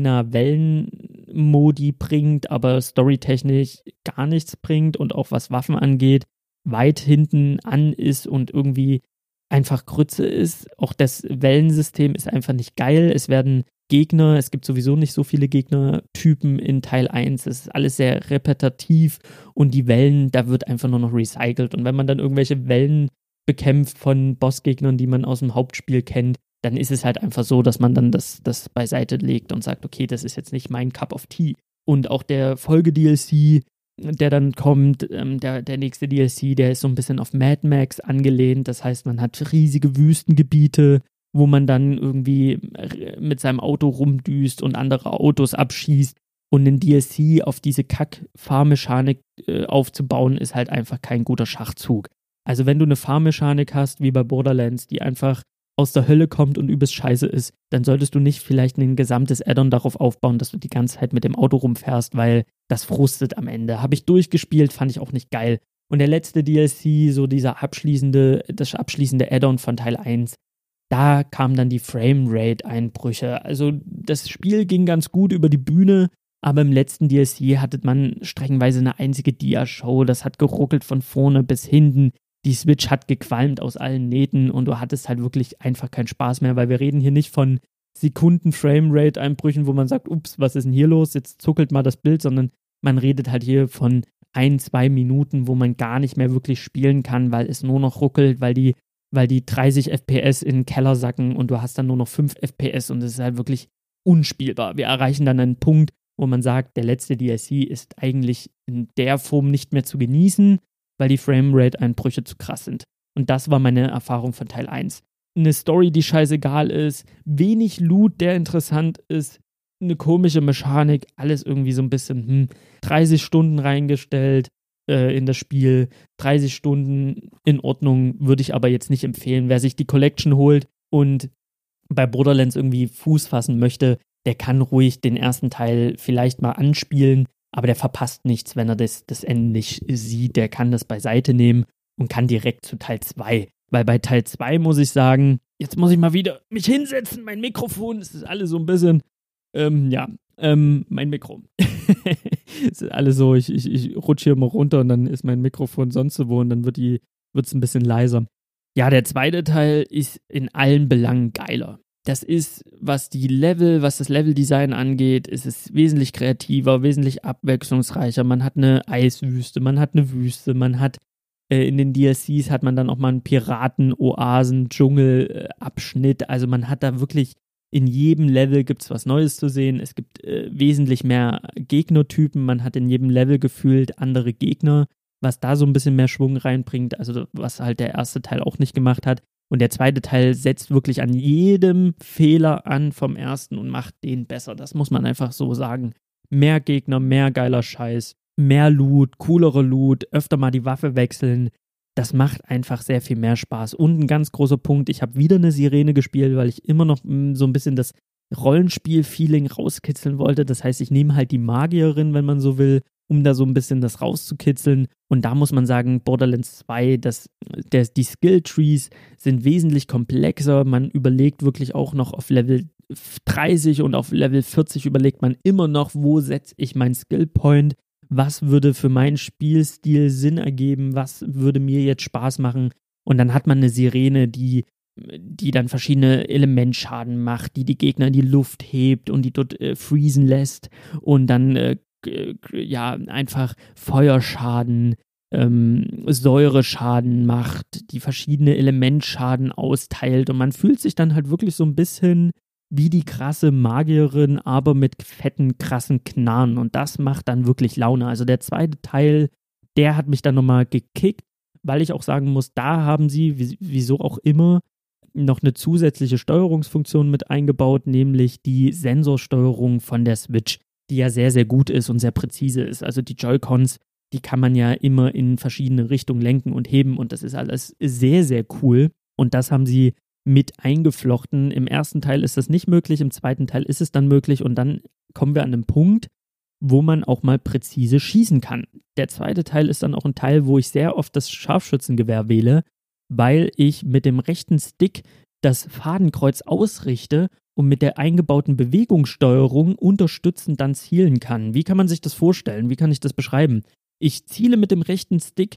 Arena-Wellen-Modi bringt, aber storytechnisch gar nichts bringt und auch was Waffen angeht, weit hinten an ist und irgendwie einfach Grütze ist. Auch das Wellensystem ist einfach nicht geil. Es werden Gegner, es gibt sowieso nicht so viele Gegnertypen in Teil 1. Es ist alles sehr repetitiv und die Wellen, da wird einfach nur noch recycelt. Und wenn man dann irgendwelche Wellen bekämpft von Bossgegnern, die man aus dem Hauptspiel kennt, dann ist es halt einfach so, dass man dann das beiseite legt und sagt, okay, das ist jetzt nicht mein Cup of Tea. Und auch der Folge-DLC, der dann kommt, der nächste DLC, der ist so ein bisschen auf Mad Max angelehnt. Das heißt, man hat riesige Wüstengebiete, wo man dann irgendwie mit seinem Auto rumdüst und andere Autos abschießt. Und einen DLC auf diese Kack-Fahrmechanik aufzubauen, ist halt einfach kein guter Schachzug. Also wenn du eine Fahrmechanik hast, wie bei Borderlands, die einfach aus der Hölle kommt und übelst scheiße ist, dann solltest du nicht vielleicht ein gesamtes Add-on darauf aufbauen, dass du die ganze Zeit mit dem Auto rumfährst, weil das frustet am Ende. Habe ich durchgespielt, fand ich auch nicht geil. Und der letzte DLC, so das abschließende Add-on von Teil 1, da kamen dann die Framerate-Einbrüche. Also das Spiel ging ganz gut über die Bühne, aber im letzten DLC hatte man streckenweise eine einzige Dia-Show. Das hat geruckelt von vorne bis hinten. Die Switch hat gequalmt aus allen Nähten und du hattest halt wirklich einfach keinen Spaß mehr, weil wir reden hier nicht von Sekunden-Framerate-Einbrüchen, wo man sagt, ups, was ist denn hier los, jetzt zuckelt mal das Bild, sondern man redet halt hier von 1-2 Minuten, wo man gar nicht mehr wirklich spielen kann, weil es nur noch ruckelt, weil die 30 FPS in den Keller sacken und du hast dann nur noch 5 FPS und es ist halt wirklich unspielbar. Wir erreichen dann einen Punkt, wo man sagt, der letzte DLC ist eigentlich in der Form nicht mehr zu genießen, weil die Framerate-Einbrüche zu krass sind. Und das war meine Erfahrung von Teil 1. Eine Story, die scheißegal ist, wenig Loot, der interessant ist, eine komische Mechanik, alles irgendwie so ein bisschen 30 Stunden reingestellt in das Spiel, 30 Stunden in Ordnung, würde ich aber jetzt nicht empfehlen. Wer sich die Collection holt und bei Borderlands irgendwie Fuß fassen möchte, der kann ruhig den ersten Teil vielleicht mal anspielen, aber der verpasst nichts, wenn er das Ende nicht sieht. Der kann das beiseite nehmen und kann direkt zu Teil 2. Weil bei Teil 2 muss ich sagen, jetzt muss ich mal wieder mich hinsetzen, mein Mikrofon, es ist alles so ein bisschen, mein Mikro. Es ist alles so, ich rutsche hier immer runter und dann ist mein Mikrofon sonst wo und dann wird es ein bisschen leiser. Ja, der zweite Teil ist in allen Belangen geiler. Das ist, was das Leveldesign angeht, ist es wesentlich kreativer, wesentlich abwechslungsreicher. Man hat eine Eiswüste, man hat eine Wüste, man hat in den DLCs hat man dann auch mal einen Piraten-Oasen, Dschungel-Abschnitt. Also man hat da wirklich in jedem Level gibt es was Neues zu sehen. Es gibt wesentlich mehr Gegnertypen. Man hat in jedem Level gefühlt andere Gegner. was da so ein bisschen mehr Schwung reinbringt, also was halt der erste Teil auch nicht gemacht hat. Und der zweite Teil setzt wirklich an jedem Fehler an vom ersten und macht den besser. Das muss man einfach so sagen. Mehr Gegner, mehr geiler Scheiß, mehr Loot, coolere Loot, öfter mal die Waffe wechseln. Das macht einfach sehr viel mehr Spaß. Und ein ganz großer Punkt, ich habe wieder eine Sirene gespielt, weil ich immer noch so ein bisschen das Rollenspiel-Feeling rauskitzeln wollte. Das heißt, ich nehme halt die Magierin, wenn man so will, um da so ein bisschen das rauszukitzeln. Und da muss man sagen, Borderlands 2, die Skill-Trees sind wesentlich komplexer. Man überlegt wirklich auch noch auf Level 30 und auf Level 40 überlegt man immer noch, wo setze ich meinen Skill-Point, was würde für meinen Spielstil Sinn ergeben, was würde mir jetzt Spaß machen. Und dann hat man eine Sirene, die dann verschiedene Elementschaden macht, die Gegner in die Luft hebt und die dort freezen lässt und dann einfach Feuerschaden, Säureschaden macht, die verschiedene Elementschaden austeilt und man fühlt sich dann halt wirklich so ein bisschen wie die krasse Magierin, aber mit fetten, krassen Knarren und das macht dann wirklich Laune. Also der zweite Teil, der hat mich dann nochmal gekickt, weil ich auch sagen muss, da haben sie, wieso auch immer, noch eine zusätzliche Steuerungsfunktion mit eingebaut, nämlich die Sensorsteuerung von der Switch, die ja sehr, sehr gut ist und sehr präzise ist. Also die Joy-Cons, die kann man ja immer in verschiedene Richtungen lenken und heben und das ist alles sehr, sehr cool und das haben sie mit eingeflochten. Im ersten Teil ist das nicht möglich, im zweiten Teil ist es dann möglich und dann kommen wir an einen Punkt, wo man auch mal präzise schießen kann. Der zweite Teil ist dann auch ein Teil, wo ich sehr oft das Scharfschützengewehr wähle, weil ich mit dem rechten Stick das Fadenkreuz ausrichte und mit der eingebauten Bewegungssteuerung unterstützend dann zielen kann. Wie kann man sich das vorstellen? Wie kann ich das beschreiben? Ich ziele mit dem rechten Stick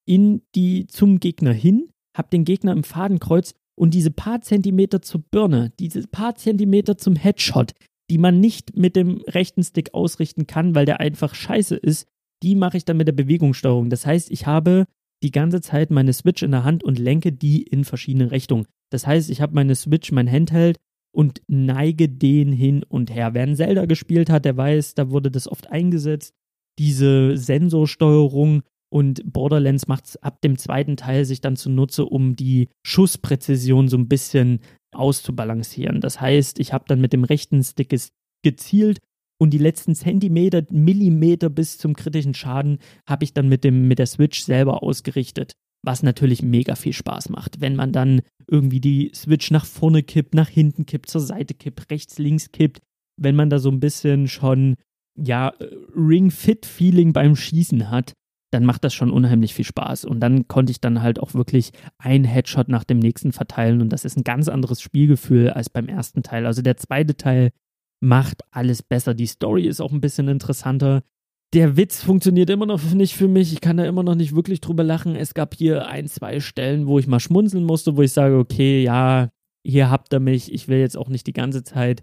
zum Gegner hin, habe den Gegner im Fadenkreuz und diese paar Zentimeter zur Birne, diese paar Zentimeter zum Headshot, die man nicht mit dem rechten Stick ausrichten kann, weil der einfach scheiße ist, die mache ich dann mit der Bewegungssteuerung. Das heißt, ich habe die ganze Zeit meine Switch in der Hand und lenke die in verschiedene Richtungen. Das heißt, ich habe meine Switch, mein Handheld und neige den hin und her. Wer ein Zelda gespielt hat, der weiß, da wurde das oft eingesetzt, diese Sensorsteuerung und Borderlands macht es ab dem zweiten Teil sich dann zunutze, um die Schusspräzision so ein bisschen auszubalancieren. Das heißt, ich habe dann mit dem rechten Stick gezielt und die letzten Zentimeter, Millimeter bis zum kritischen Schaden habe ich dann mit der Switch selber ausgerichtet, was natürlich mega viel Spaß macht, wenn man dann irgendwie die Switch nach vorne kippt, nach hinten kippt, zur Seite kippt, rechts, links kippt, wenn man da so ein bisschen schon, Ring-Fit-Feeling beim Schießen hat, dann macht das schon unheimlich viel Spaß. Und dann konnte ich dann halt auch wirklich einen Headshot nach dem nächsten verteilen und das ist ein ganz anderes Spielgefühl als beim ersten Teil. Also der zweite Teil macht alles besser. Die Story ist auch ein bisschen interessanter. Der Witz funktioniert immer noch nicht für mich. Ich kann da immer noch nicht wirklich drüber lachen. Es gab hier 1-2 Stellen, wo ich mal schmunzeln musste, wo ich sage, okay, ja, hier habt ihr mich. Ich will jetzt auch nicht die ganze Zeit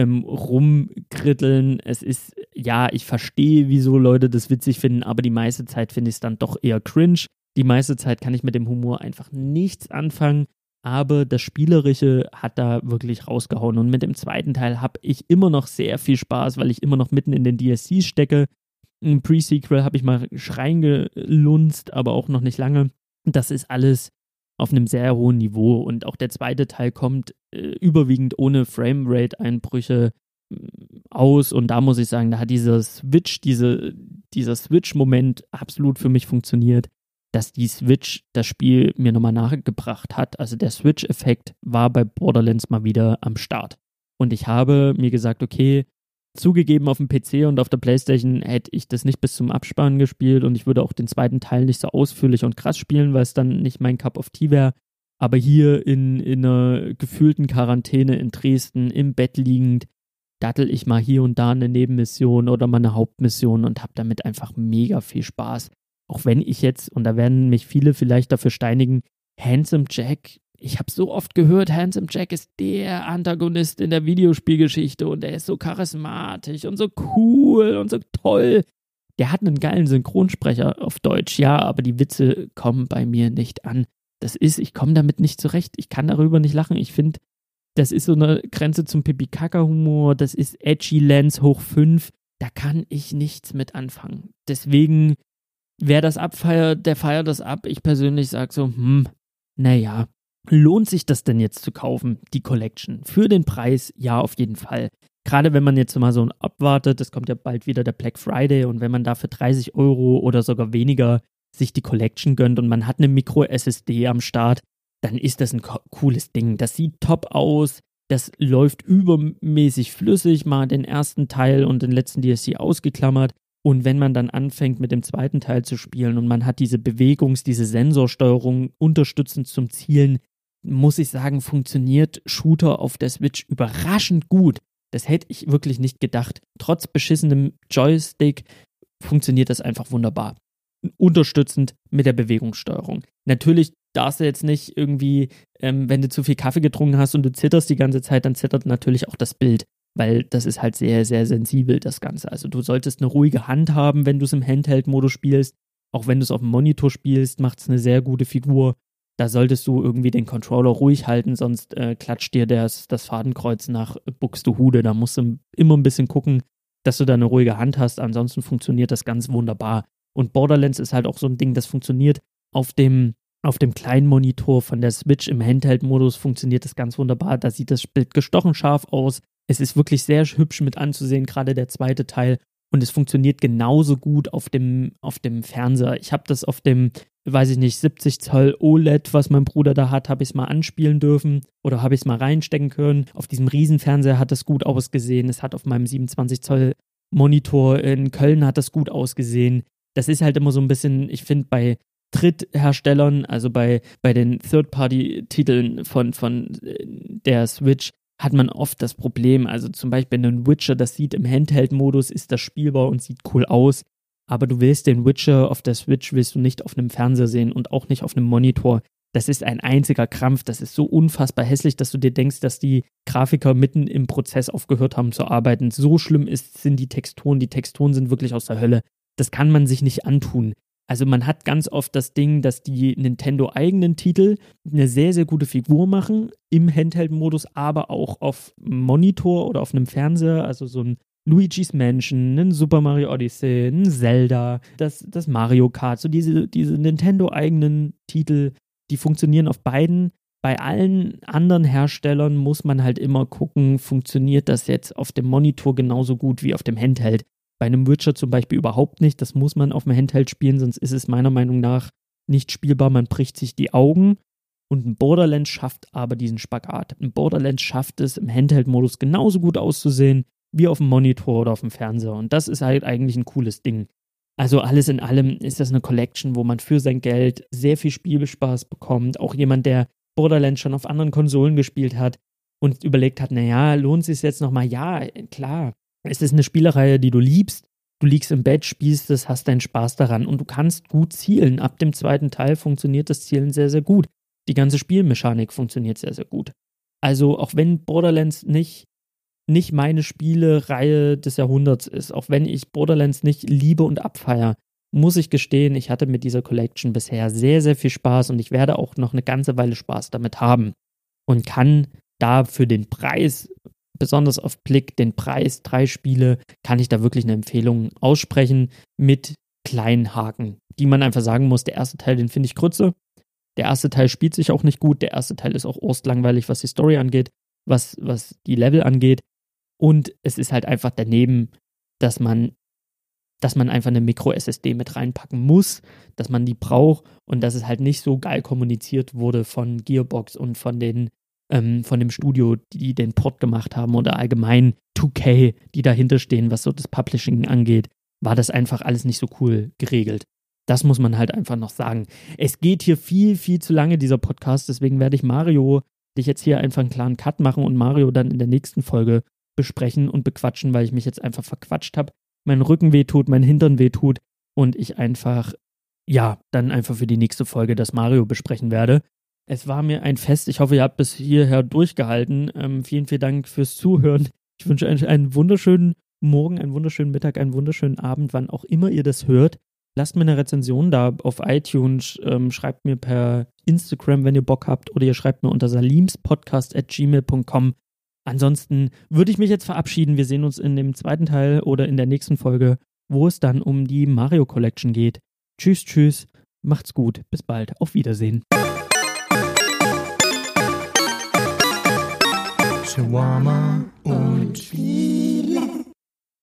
rumkritteln. Es ist, ich verstehe, wieso Leute das witzig finden, aber die meiste Zeit finde ich es dann doch eher cringe. Die meiste Zeit kann ich mit dem Humor einfach nichts anfangen, aber das Spielerische hat da wirklich rausgehauen. Und mit dem zweiten Teil habe ich immer noch sehr viel Spaß, weil ich immer noch mitten in den DLCs stecke. Im Pre-Sequel habe ich mal reingelunzt, aber auch noch nicht lange. Das ist alles auf einem sehr hohen Niveau und auch der zweite Teil kommt überwiegend ohne Framerate-Einbrüche aus und da muss ich sagen, da hat dieser Switch-Moment absolut für mich funktioniert, dass die Switch das Spiel mir nochmal nachgebracht hat. Also der Switch-Effekt war bei Borderlands mal wieder am Start. Und ich habe mir gesagt, okay, zugegeben auf dem PC und auf der Playstation hätte ich das nicht bis zum Abspann gespielt und ich würde auch den zweiten Teil nicht so ausführlich und krass spielen, weil es dann nicht mein Cup of Tea wäre. Aber hier in einer gefühlten Quarantäne in Dresden, im Bett liegend, dattel ich mal hier und da eine Nebenmission oder mal eine Hauptmission und habe damit einfach mega viel Spaß. Auch wenn ich jetzt, und da werden mich viele vielleicht dafür steinigen, Handsome Jack, ich habe so oft gehört, Handsome Jack ist der Antagonist in der Videospielgeschichte und er ist so charismatisch und so cool und so toll. Der hat einen geilen Synchronsprecher auf Deutsch, ja, aber die Witze kommen bei mir nicht an. Ich komme damit nicht zurecht, ich kann darüber nicht lachen. Ich finde, das ist so eine Grenze zum Pipi-Kaka-Humor, das ist Edgy Lens hoch 5, da kann ich nichts mit anfangen. Deswegen Wer das abfeiert, der feiert das ab. Ich persönlich sage so, naja, lohnt sich das denn jetzt zu kaufen, die Collection? Für den Preis, ja, auf jeden Fall. Gerade wenn man jetzt mal so abwartet, es kommt ja bald wieder der Black Friday und wenn man da für 30 € oder sogar weniger sich die Collection gönnt und man hat eine Micro-SSD am Start, dann ist das ein cooles Ding. Das sieht top aus, das läuft übermäßig flüssig, mal den ersten Teil und den letzten DLC ausgeklammert. Und wenn man dann anfängt mit dem zweiten Teil zu spielen und man hat diese diese Sensorsteuerung unterstützend zum Zielen, muss ich sagen, funktioniert Shooter auf der Switch überraschend gut. Das hätte ich wirklich nicht gedacht. Trotz beschissenem Joystick funktioniert das einfach wunderbar. Unterstützend mit der Bewegungssteuerung. Natürlich darfst du jetzt nicht irgendwie, wenn du zu viel Kaffee getrunken hast und du zitterst die ganze Zeit, dann zittert natürlich auch das Bild, weil das ist halt sehr, sehr sensibel, das Ganze. Also du solltest eine ruhige Hand haben, wenn du es im Handheld-Modus spielst. Auch wenn du es auf dem Monitor spielst, macht es eine sehr gute Figur. Da solltest du irgendwie den Controller ruhig halten, sonst klatscht dir das Fadenkreuz nach Buxtehude. Da musst du immer ein bisschen gucken, dass du da eine ruhige Hand hast. Ansonsten funktioniert das ganz wunderbar. Und Borderlands ist halt auch so ein Ding, das funktioniert auf dem kleinen Monitor von der Switch im Handheld-Modus funktioniert das ganz wunderbar. Da sieht das Bild gestochen scharf aus. Es ist wirklich sehr hübsch mit anzusehen, gerade der zweite Teil. Und es funktioniert genauso gut auf dem Fernseher. Ich habe das auf dem, 70 Zoll OLED, was mein Bruder da hat, habe ich es mal anspielen dürfen oder habe ich es mal reinstecken können. Auf diesem Riesenfernseher hat es gut ausgesehen. Es hat auf meinem 27 Zoll Monitor in Köln hat das gut ausgesehen. Das ist halt immer so ein bisschen, ich finde, bei Drittherstellern, also bei den Third-Party-Titeln von der Switch, hat man oft das Problem, also zum Beispiel einen Witcher, das sieht im Handheld-Modus, ist das spielbar und sieht cool aus, aber du willst den Witcher auf der Switch, willst du nicht auf einem Fernseher sehen und auch nicht auf einem Monitor. Das ist ein einziger Krampf, das ist so unfassbar hässlich, dass du dir denkst, dass die Grafiker mitten im Prozess aufgehört haben zu arbeiten. So schlimm sind die Texturen sind wirklich aus der Hölle. Das kann man sich nicht antun. Also man hat ganz oft das Ding, dass die Nintendo-eigenen Titel eine sehr, sehr gute Figur machen, im Handheld-Modus, aber auch auf Monitor oder auf einem Fernseher, also so ein Luigi's Mansion, ein Super Mario Odyssey, ein Zelda, das Mario Kart, so diese Nintendo-eigenen Titel, die funktionieren auf beiden. Bei allen anderen Herstellern muss man halt immer gucken, funktioniert das jetzt auf dem Monitor genauso gut wie auf dem Handheld. Bei einem Witcher zum Beispiel überhaupt nicht. Das muss man auf dem Handheld spielen, sonst ist es meiner Meinung nach nicht spielbar. Man bricht sich die Augen. Und ein Borderlands schafft aber diesen Spagat. Ein Borderlands schafft es, im Handheld-Modus genauso gut auszusehen wie auf dem Monitor oder auf dem Fernseher. Und das ist halt eigentlich ein cooles Ding. Also alles in allem ist das eine Collection, wo man für sein Geld sehr viel Spielspaß bekommt. Auch jemand, der Borderlands schon auf anderen Konsolen gespielt hat und überlegt hat, naja, lohnt es sich jetzt nochmal? Ja, klar. Es ist eine Spielereihe, die du liebst. Du liegst im Bett, spielst es, hast deinen Spaß daran und du kannst gut zielen. Ab dem zweiten Teil funktioniert das Zielen sehr, sehr gut. Die ganze Spielmechanik funktioniert sehr, sehr gut. Also auch wenn Borderlands nicht meine Spielereihe des Jahrhunderts ist, auch wenn ich Borderlands nicht liebe und abfeiere, muss ich gestehen, ich hatte mit dieser Collection bisher sehr, sehr viel Spaß und ich werde auch noch eine ganze Weile Spaß damit haben und kann da für den Preis, besonders auf Blick, den Preis, 3 Spiele, kann ich da wirklich eine Empfehlung aussprechen mit kleinen Haken, die man einfach sagen muss, der erste Teil, den finde ich Grütze. Der erste Teil spielt sich auch nicht gut, der erste Teil ist auch orstlangweilig, was die Story angeht, was die Level angeht. Und es ist halt einfach daneben, dass man einfach eine Micro-SSD mit reinpacken muss, dass man die braucht und dass es halt nicht so geil kommuniziert wurde von Gearbox und von dem Studio, die den Port gemacht haben oder allgemein 2K, die dahinter stehen, was so das Publishing angeht, war das einfach alles nicht so cool geregelt. Das muss man halt einfach noch sagen. Es geht hier viel, viel zu lange, dieser Podcast, deswegen werde ich jetzt hier einfach einen klaren Cut machen und Mario dann in der nächsten Folge besprechen und bequatschen, weil ich mich jetzt einfach verquatscht habe, mein Rücken wehtut, mein Hintern wehtut und ich einfach, dann einfach für die nächste Folge das Mario besprechen werde. Es war mir ein Fest. Ich hoffe, ihr habt bis hierher durchgehalten. Vielen, vielen Dank fürs Zuhören. Ich wünsche euch einen wunderschönen Morgen, einen wunderschönen Mittag, einen wunderschönen Abend, wann auch immer ihr das hört. Lasst mir eine Rezension da auf iTunes, schreibt mir per Instagram, wenn ihr Bock habt, oder ihr schreibt mir unter salimspodcast@gmail.com. Ansonsten würde ich mich jetzt verabschieden. Wir sehen uns in dem zweiten Teil oder in der nächsten Folge, wo es dann um die Mario Collection geht. Tschüss. Macht's gut. Bis bald. Auf Wiedersehen. Shawarma und Spiele.